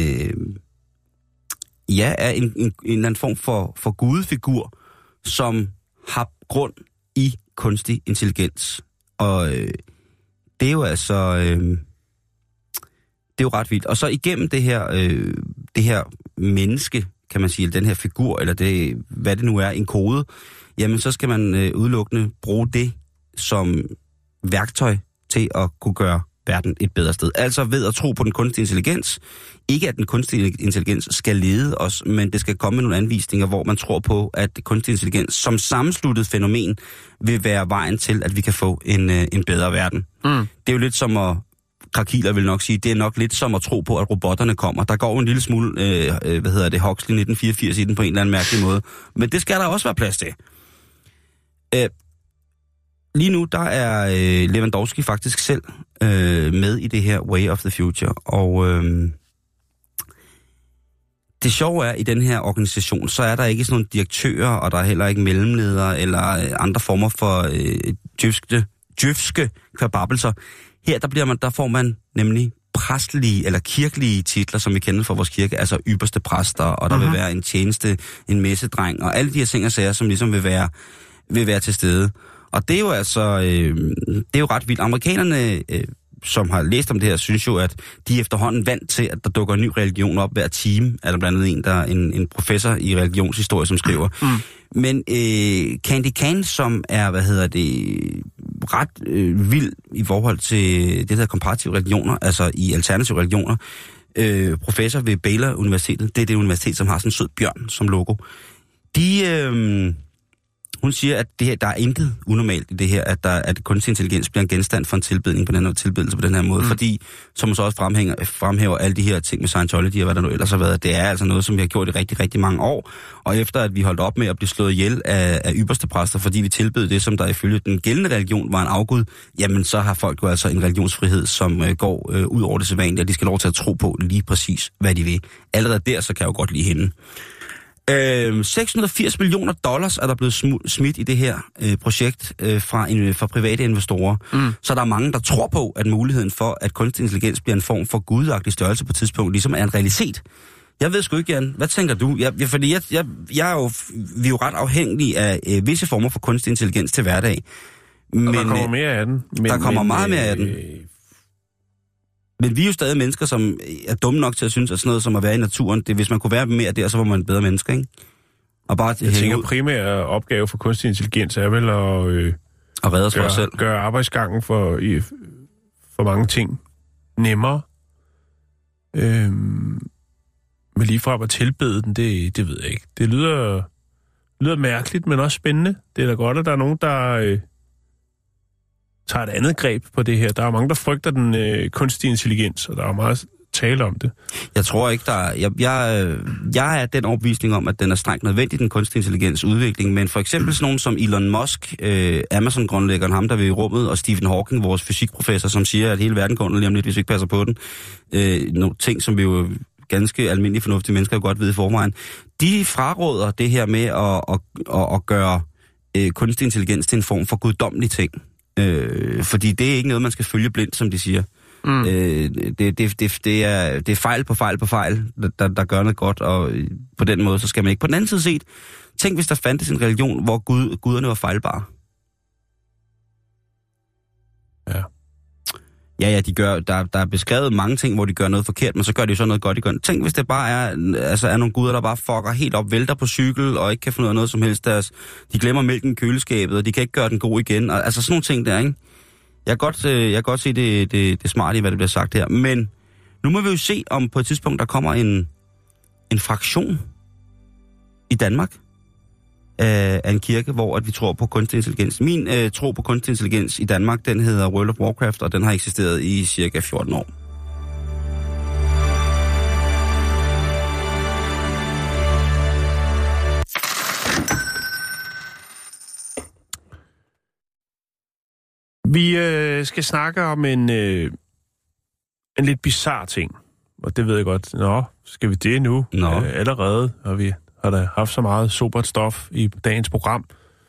eller anden form for gudefigur, som har grund i kunstig intelligens. Og det er jo altså det er jo ret vildt. Og så igennem det her menneske, kan man sige, eller den her figur, eller det, hvad det nu er, en kode, jamen så skal man udelukkende bruge det som værktøj til at kunne gøre verden et bedre sted. Altså ved at tro på den kunstige intelligens. Ikke at den kunstige intelligens skal lede os, men det skal komme med nogle anvisninger, hvor man tror på, at kunstig intelligens som sammensluttet fænomen vil være vejen til, at vi kan få en bedre verden. Det er jo lidt som at Krakiler vil nok sige, det er nok lidt som at tro på, at robotterne kommer. Der går en lille smule, Huxley 1984 i den på en eller anden mærkelig måde. Men det skal der også være plads til. Lige nu, der er Lewandowski faktisk selv med i det her Way of the Future. Og det sjove er, i den her organisation, så er der ikke sådan nogle direktører, og der er heller ikke mellemledere eller andre former for djøfske kvababelser. Her der får man nemlig præstelige eller kirkelige titler, som vi kender fra vores kirke, altså ypperste præster, og der vil være en tjeneste, en messedreng, og alle de her ting og sager, som ligesom vil være til stede. Og det er jo altså, det er jo ret vildt. Amerikanerne, som har læst om det her, synes jo, at de er efterhånden vant til, at der dukker en ny religion op hver time. Er der blandt andet en professor i religionshistorie, som skriver. Men Candy Kane, som er, ret vild i forhold til det, der hedder komparative religioner, altså i alternative religioner, professor ved Baylor Universitetet, det er det universitet, som har sådan en sød bjørn som logo. Hun siger, at det her, der er intet unormalt i det her, at kunstig intelligens bliver en genstand for en tilbedning på den her tilbedelse på den her måde, fordi, som hun så også fremhæver alle de her ting med Scientology og hvad der nu ellers har været, det er altså noget, som vi har gjort i rigtig, rigtig mange år, og efter at vi holdt op med at blive slået ihjel af ypperste præster, fordi vi tilbød det, som der ifølge den gældende religion var en afgud, jamen så har folk jo altså en religionsfrihed, som går ud over det sædvanlige, og de skal lov til at tro på lige præcis, hvad de vil. Allerede der, så kan jeg jo godt lide hende. $680 million er der blevet smidt i det her projekt fra private investorer. Så der er mange, der tror på, at muligheden for, at kunstig intelligens bliver en form for gudagtig størrelse på et tidspunkt, ligesom er en realitet. Jeg ved sgu ikke, Jan. Hvad tænker du? Fordi vi er jo ret afhængige af visse former for kunstig intelligens til hverdag. Men, og der kommer mere af den. Der kommer meget mere af den. Men vi er jo stadig mennesker, som er dumme nok til at synes, at sådan noget som at være i naturen, det, hvis man kunne være mere der, så var man en bedre menneske, ikke? Og bare jeg tænker, primære opgave for kunstig intelligens er vel at redde os for os selv. Gøre arbejdsgangen for mange ting nemmere. Men ligefrem at tilbede den, det ved jeg ikke. Det lyder mærkeligt, men også spændende. Det er da godt, at der er nogen, der tager et andet greb på det her. Der er mange, der frygter den kunstige intelligens, og der er meget tale om det. Jeg tror ikke, jeg er den overbevisning om, at den er strengt nødvendig, den kunstige intelligens udvikling, men for eksempel sådan nogen som Elon Musk, Amazon-grundlæggeren, ham der vil i rummet, og Stephen Hawking, vores fysikprofessor, som siger, at hele verden går under lige om lidt, hvis vi ikke passer på den. Nogle ting, som vi jo ganske almindelige fornuftige mennesker godt ved i forvejen. De fraråder det her med at gøre kunstig intelligens til en form for guddommelig ting. Fordi det er ikke noget, man skal følge blindt, som de siger. Det er fejl på fejl på fejl, der gør noget godt, og på den måde, så skal man ikke. På den anden side set, tænk hvis der fandtes en religion, hvor guderne var fejlbare. Ja. Ja, der er beskrevet mange ting, hvor de gør noget forkert, men så gør de jo så noget godt i gør. Tænk, hvis det bare er nogle guder, der bare fucker helt op, vælter på cykel, og ikke kan finde ud af noget som helst. De glemmer mælken i køleskabet, og de kan ikke gøre den god igen. Og, altså sådan nogle ting der, ikke? Jeg kan godt se det smarte i, hvad det bliver sagt her. Men nu må vi jo se, om på et tidspunkt, der kommer en fraktion i Danmark af en kirke, hvor at vi tror på kunstig intelligens. Min tro på kunstig intelligens i Danmark, den hedder World of Warcraft, og den har eksisteret i cirka 14 år. Vi skal snakke om en lidt bizarre ting, og det ved jeg godt. Nå, skal vi det nu? Allerede har der haft så meget sobert stof i dagens program.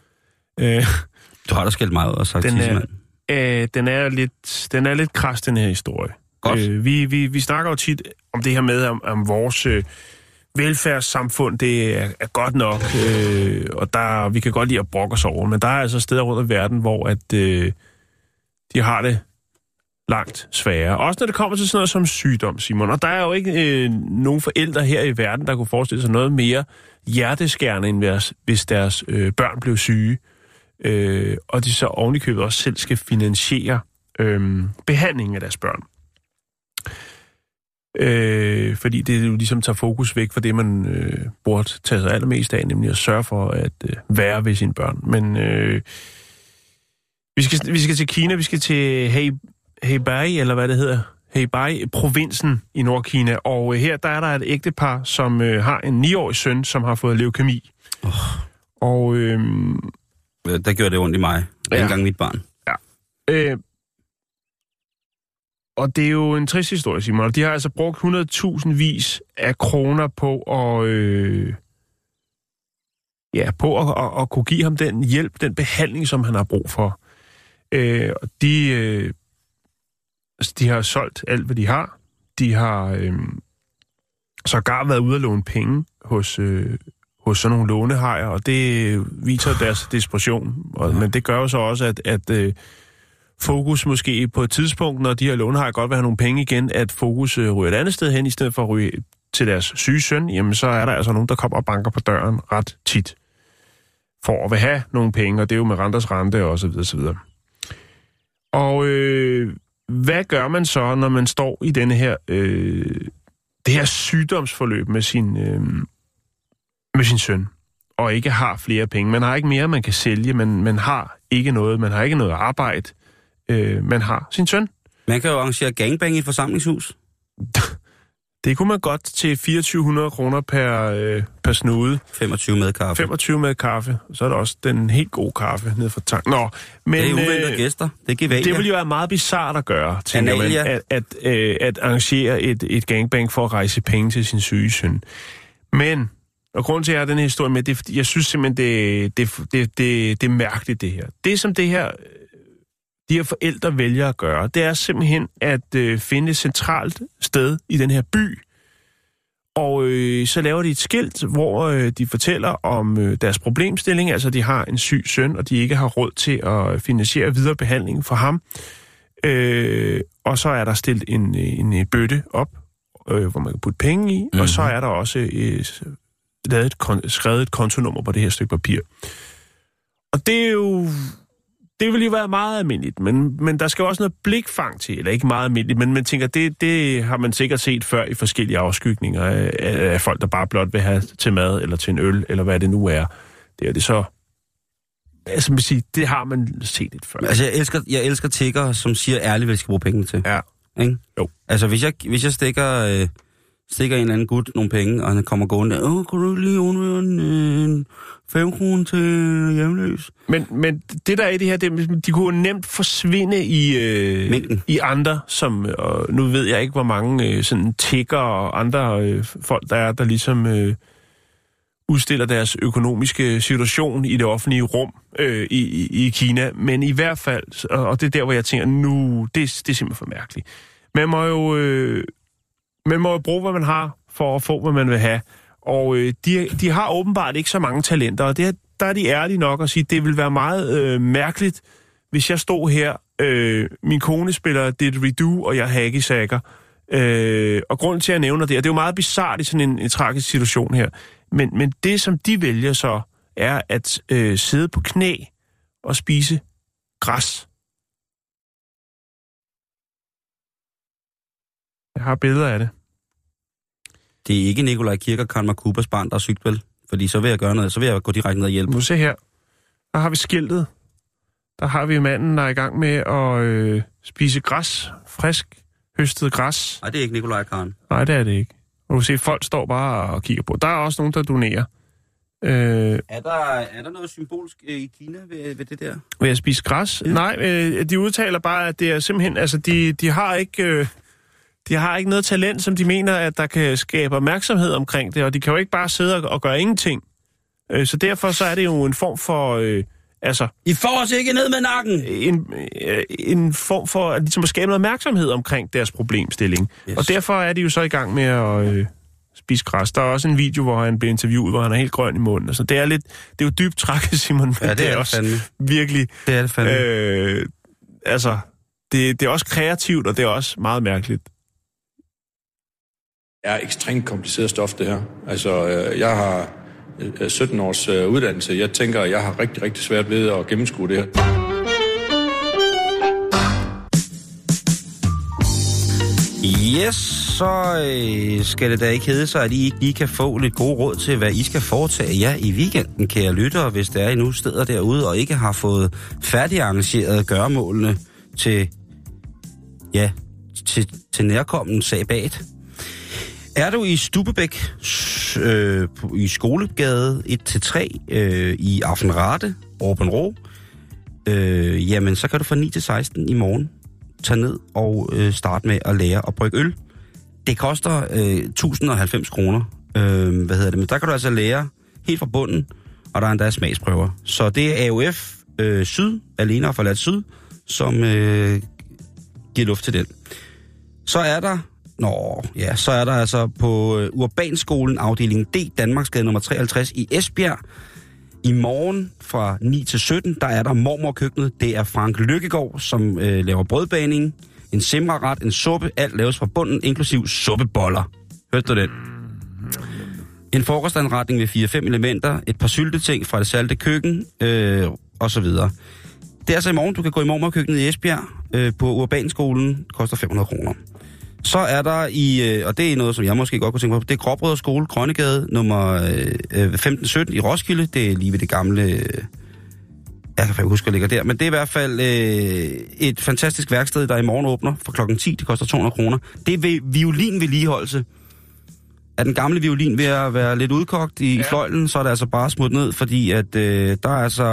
Du har da skældt meget ud og sagt tidsmand. Den er lidt kras, den her historie. Vi snakker jo tit om det her med, om vores velfærdssamfund, det er godt nok, og vi kan godt lide at brokke os over, men der er altså steder rundt i verden, hvor at, de har det langt sværere. Også når det kommer til sådan noget som sygdom, Simon. Og der er jo ikke nogen forældre her i verden, der kunne forestille sig noget mere hjerteskærende, end hvis deres børn blev syge. Og de så ovenikøbet også selv skal finansiere behandlingen af deres børn. Fordi det jo ligesom tager fokus væk fra det, man burde tage sig allermest af, nemlig at sørge for at være ved sine børn. Men vi skal til Kina, vi skal til Hebei, eller hvad det hedder, Hebei-provinsen i Nordkina. Og her der er der et ægtepar, som har en 9-årig søn, som har fået leukemi. Og der gjorde det ondt i mig. Ja. Ikke engang mit barn. Ja. Og det er jo en trist historie, Simon. De har altså brugt 100.000 vis af kroner på at kunne give ham den hjælp, den behandling, som han har brug for. De har solgt alt, hvad de har. De har sågar været ude at låne penge hos sådan nogle lånehajer, og det viser deres desperation. Men det gør jo så også, at fokus måske på et tidspunkt, når de her lånehajer godt vil have nogle penge igen, at fokus ryger et andet sted hen, i stedet for at ryge til deres syge søn, jamen så er der altså nogen, der kommer og banker på døren ret tit for at vil have nogle penge, og det er jo med renters rente og så videre, så videre. Og hvad gør man så, når man står i denne her, det her sygdomsforløb med sin søn, og ikke har flere penge? Man har ikke mere, man kan sælge, man har ikke noget arbejde, man har sin søn. Man kan jo arrangere gangbang i et forsamlingshus. Det kunne man godt til 2.400 kroner per snude. 25 med kaffe. 25 med kaffe. Så er der også den helt gode kaffe ned fra tanken. Nå, men det er uventede gæster. Det vil jo være meget bizarrt at gøre, tænker man, at arrangere et gangbang for at rejse penge til sin syge søn. Men, og grunden til, at jeg har den her historie med, jeg synes simpelthen, det er mærkeligt, det her. Det, som de her forældre vælger at gøre, det er simpelthen at finde et centralt sted i den her by. Og så laver de et skilt, hvor de fortæller om deres problemstilling. Altså, de har en syg søn, og de ikke har råd til at finansiere videre behandling for ham. Og så er der stillet en bøtte op, hvor man kan putte penge i. Mm-hmm. Og så er der også skrevet et kontonummer på det her stykke papir. Og det er jo... Det vil jo være meget almindeligt, men der skal også noget blikfang til, eller ikke meget almindeligt, men man tænker, det har man sikkert set før i forskellige afskygninger af folk, der bare blot vil have til mad, eller til en øl, eller hvad det nu er. Det er det så... Altså, man siger, det har man set lidt før. Altså, jeg elsker tiggere, som siger ærligt, hvad de skal bruge penge til. Ja. Ikke? Jo. Altså, hvis jeg stikker en eller anden gut nogle penge, og han kommer gående, kunne du lige undvære en 5 kroner til hjemløs? Men det der er i det her, de kunne nemt forsvinde i andre, som, og nu ved jeg ikke, hvor mange sådan tigger og andre folk, der ligesom udstiller deres økonomiske situation i det offentlige rum i Kina. Men i hvert fald, og det er der, hvor jeg tænker, nu, det er simpelthen for mærkeligt. Man må jo bruge, hvad man har, for at få, hvad man vil have. Og de har åbenbart ikke så mange talenter, og der er de ærlige nok at sige, at det vil være meget mærkeligt, hvis jeg stod her, min kone spiller didgeridoo, og jeg hacky-sacker. Og grunden til, at jeg nævner det, og det er jo meget bizarrt i sådan en tragisk situation her, men det, som de vælger så, er at sidde på knæ og spise græs. Jeg har billeder af det. Det er ikke Nikolaj Kirk og Karl Mark barn, der er sygt, vel? Fordi så vil jeg gøre noget, så vil jeg gå direkte ned og hjælpe. Nu se her. Der har vi skiltet. Der har vi manden, der er i gang med at spise græs. Frisk høstet græs. Nej, det er ikke Nikolaj Karl. Nej, det er det ikke. Og du ser, folk står bare og kigger på. Der er også nogen, der donerer. Er der noget symbolsk i Kina ved det der? Ved at spise græs? Ja. Nej, de udtaler bare, at det er simpelthen... Altså, de har ikke... De har ikke noget talent, som de mener, at der kan skabe opmærksomhed omkring det, og de kan jo ikke bare sidde og gøre ingenting. Så derfor så er det jo en form for... I får os ikke ned med nakken! En form for ligesom at skabe noget opmærksomhed omkring deres problemstilling. Yes. Og derfor er de jo så i gang med at spise græs. Der er også en video, hvor han bliver interviewet, hvor han er helt grøn i munden. Altså, det er jo dybt trækket, Simon. Ja, det er også fandme. Virkelig. Det er det fandme. Det er også kreativt, og det er også meget mærkeligt. Er ekstremt kompliceret stof, det her. Altså, jeg har 17 års uddannelse. Jeg tænker, at jeg har rigtig, rigtig svært ved at gennemskue det her. Yes, så skal det da ikke hedde sig, at I ikke lige kan få lidt gode råd til, hvad I skal foretage jer i weekenden, kære lyttere, hvis der er endnu steder derude, og ikke har fået færdigarrangeret gøremålene til nærkommen sag bag. Er du i Stubebæk i Skolegade 1-3 i Aftenrate, Åbenrå, jamen så kan du fra 9 til 16 i morgen tage ned og starte med at lære at brygge øl. Det koster 1090 kroner. Men der kan du altså lære helt fra bunden, og der er endda smagsprøver. Så det er AOF Syd, Alene og Forladt Syd, som giver luft til den. Så er der altså på Urbanskolen afdeling D, Danmarksgade nummer 53 i Esbjerg. I morgen fra 9 til 17, der er der mormorkøkkenet. Det er Frank Lykkegaard, som laver brødbaning, en simreret, en suppe. Alt laves fra bunden, inklusiv suppeboller. Hørte du den? En frokostanretning med 4-5 elementer, et par sylteting fra det salte køkken, og så videre. Det er altså i morgen, du kan gå i mormorkøkkenet i Esbjerg på Urbanskolen. Det koster 500 kroner. Så er der og det er noget, som jeg måske godt kunne tænke på, det er Gråbrødre Skole, Grønnegade, nummer 1517 i Roskilde. Det er lige ved det gamle, jeg kan ikke huske, at ligger der, men det er i hvert fald et fantastisk værksted, der i morgen åbner fra klokken 10, det koster 200 kroner. Det er violinvedligeholdelse. Er den gamle violin ved at være lidt udkogt i fløjlen, så er det altså bare smut ned, fordi at der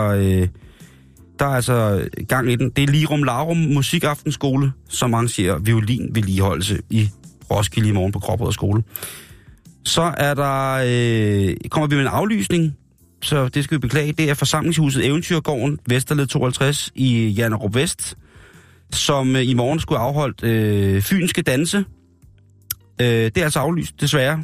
er altså gang i den. Det er Lirum Larum Musikaftenskole, som arrangerer violinvedligeholdelse i Roskilde i morgen på Gråbrødre Skole. Så er der, kommer vi med en aflysning, så det skal vi beklage. Det er forsamlingshuset Eventyrgården, Vesterled 52 i Janderup Vest, som i morgen skulle afholdt fynske danse. Det er altså aflyst, desværre.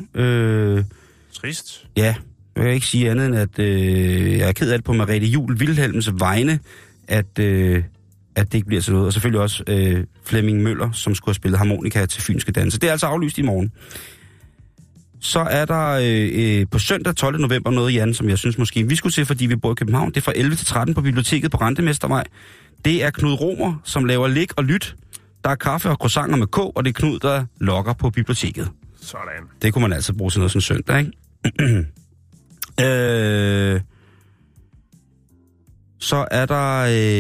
Trist. Ja, jeg kan ikke sige andet end, at jeg er ked af det på Merete Juhl Vilhelms vegne, at det ikke bliver til noget. Og selvfølgelig også Flemming Møller, som skulle have spillet harmonika til fynske danse. Det er altså aflyst i morgen. Så er der på søndag 12. november noget, Jan, som jeg synes måske vi skulle se, fordi vi bor i København. Det er fra 11 til 13 på biblioteket på Rentemestervej. Det er Knud Romer, som laver læg og lyt. Der er kaffe og croissanter med og det er Knud, der lokker på biblioteket. Sådan. Det kunne man altså bruge til noget sådan søndag, ikke? Så er der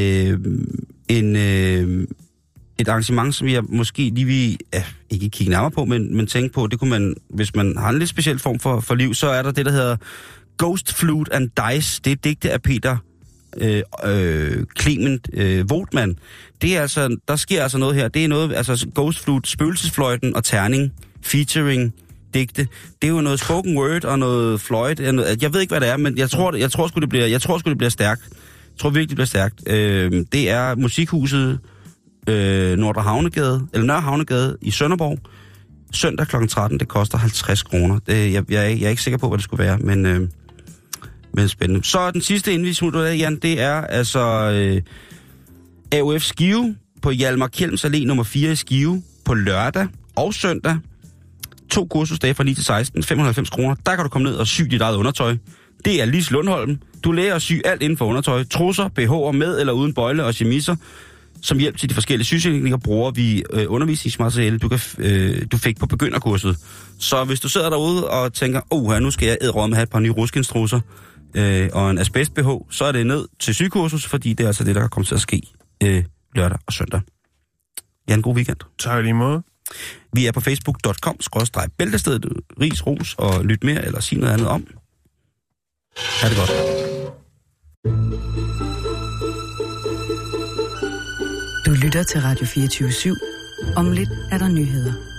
et arrangement, som jeg måske lige vil ikke kigge nærmere på, men tænke på, det kunne man, hvis man har en lidt speciel form for liv, så er der det, der hedder Ghost Flute and Dice. Det er digte af Peter Clement Voltmann. Det er altså, der sker altså noget her. Det er noget, altså Ghost Flute, spøgelsesfløjten og terning, featuring digte. Det er jo noget spoken word og noget fløjt. Jeg ved ikke, hvad det er, men jeg tror sgu, det bliver stærkt. Jeg tror virkelig, det bliver stærkt. Det er Musikhuset Nørre Havnegade i Sønderborg. Søndag kl. 13, det koster 50 kroner. Jeg er ikke sikker på, hvad det skulle være, men spændende. Så den sidste indvisning, Jan, det er altså AOF Skive på Hjalmar Kjelms Allé nummer 4 i Skive på lørdag og søndag. 2 kursusdage fra 9 til 16, 590 kroner. Der kan du komme ned og sy dit eget undertøj. Det er Lis Lundholm. Du lærer at sy alt inden for undertøj. Trusser, BH'er med eller uden bøjle og chemisser. Som hjælp til de forskellige sygeteknikker bruger vi undervisningsmateriale, du fik på begynderkurset. Så hvis du sidder derude og tænker, nu skal jeg ædre med at have et par nye ruskinstrusser og en asbest-BH, så er det ned til sygekursus, fordi det er altså det, der kan komme til at ske lørdag og søndag. Jan, god weekend. Tak lige måde. Vi er på facebook.com/bæltestedet. Ris, ros og lyt mere eller sig noget andet om. Ha' det godt. Du lytter til Radio 24/7. Om lidt er der nyheder.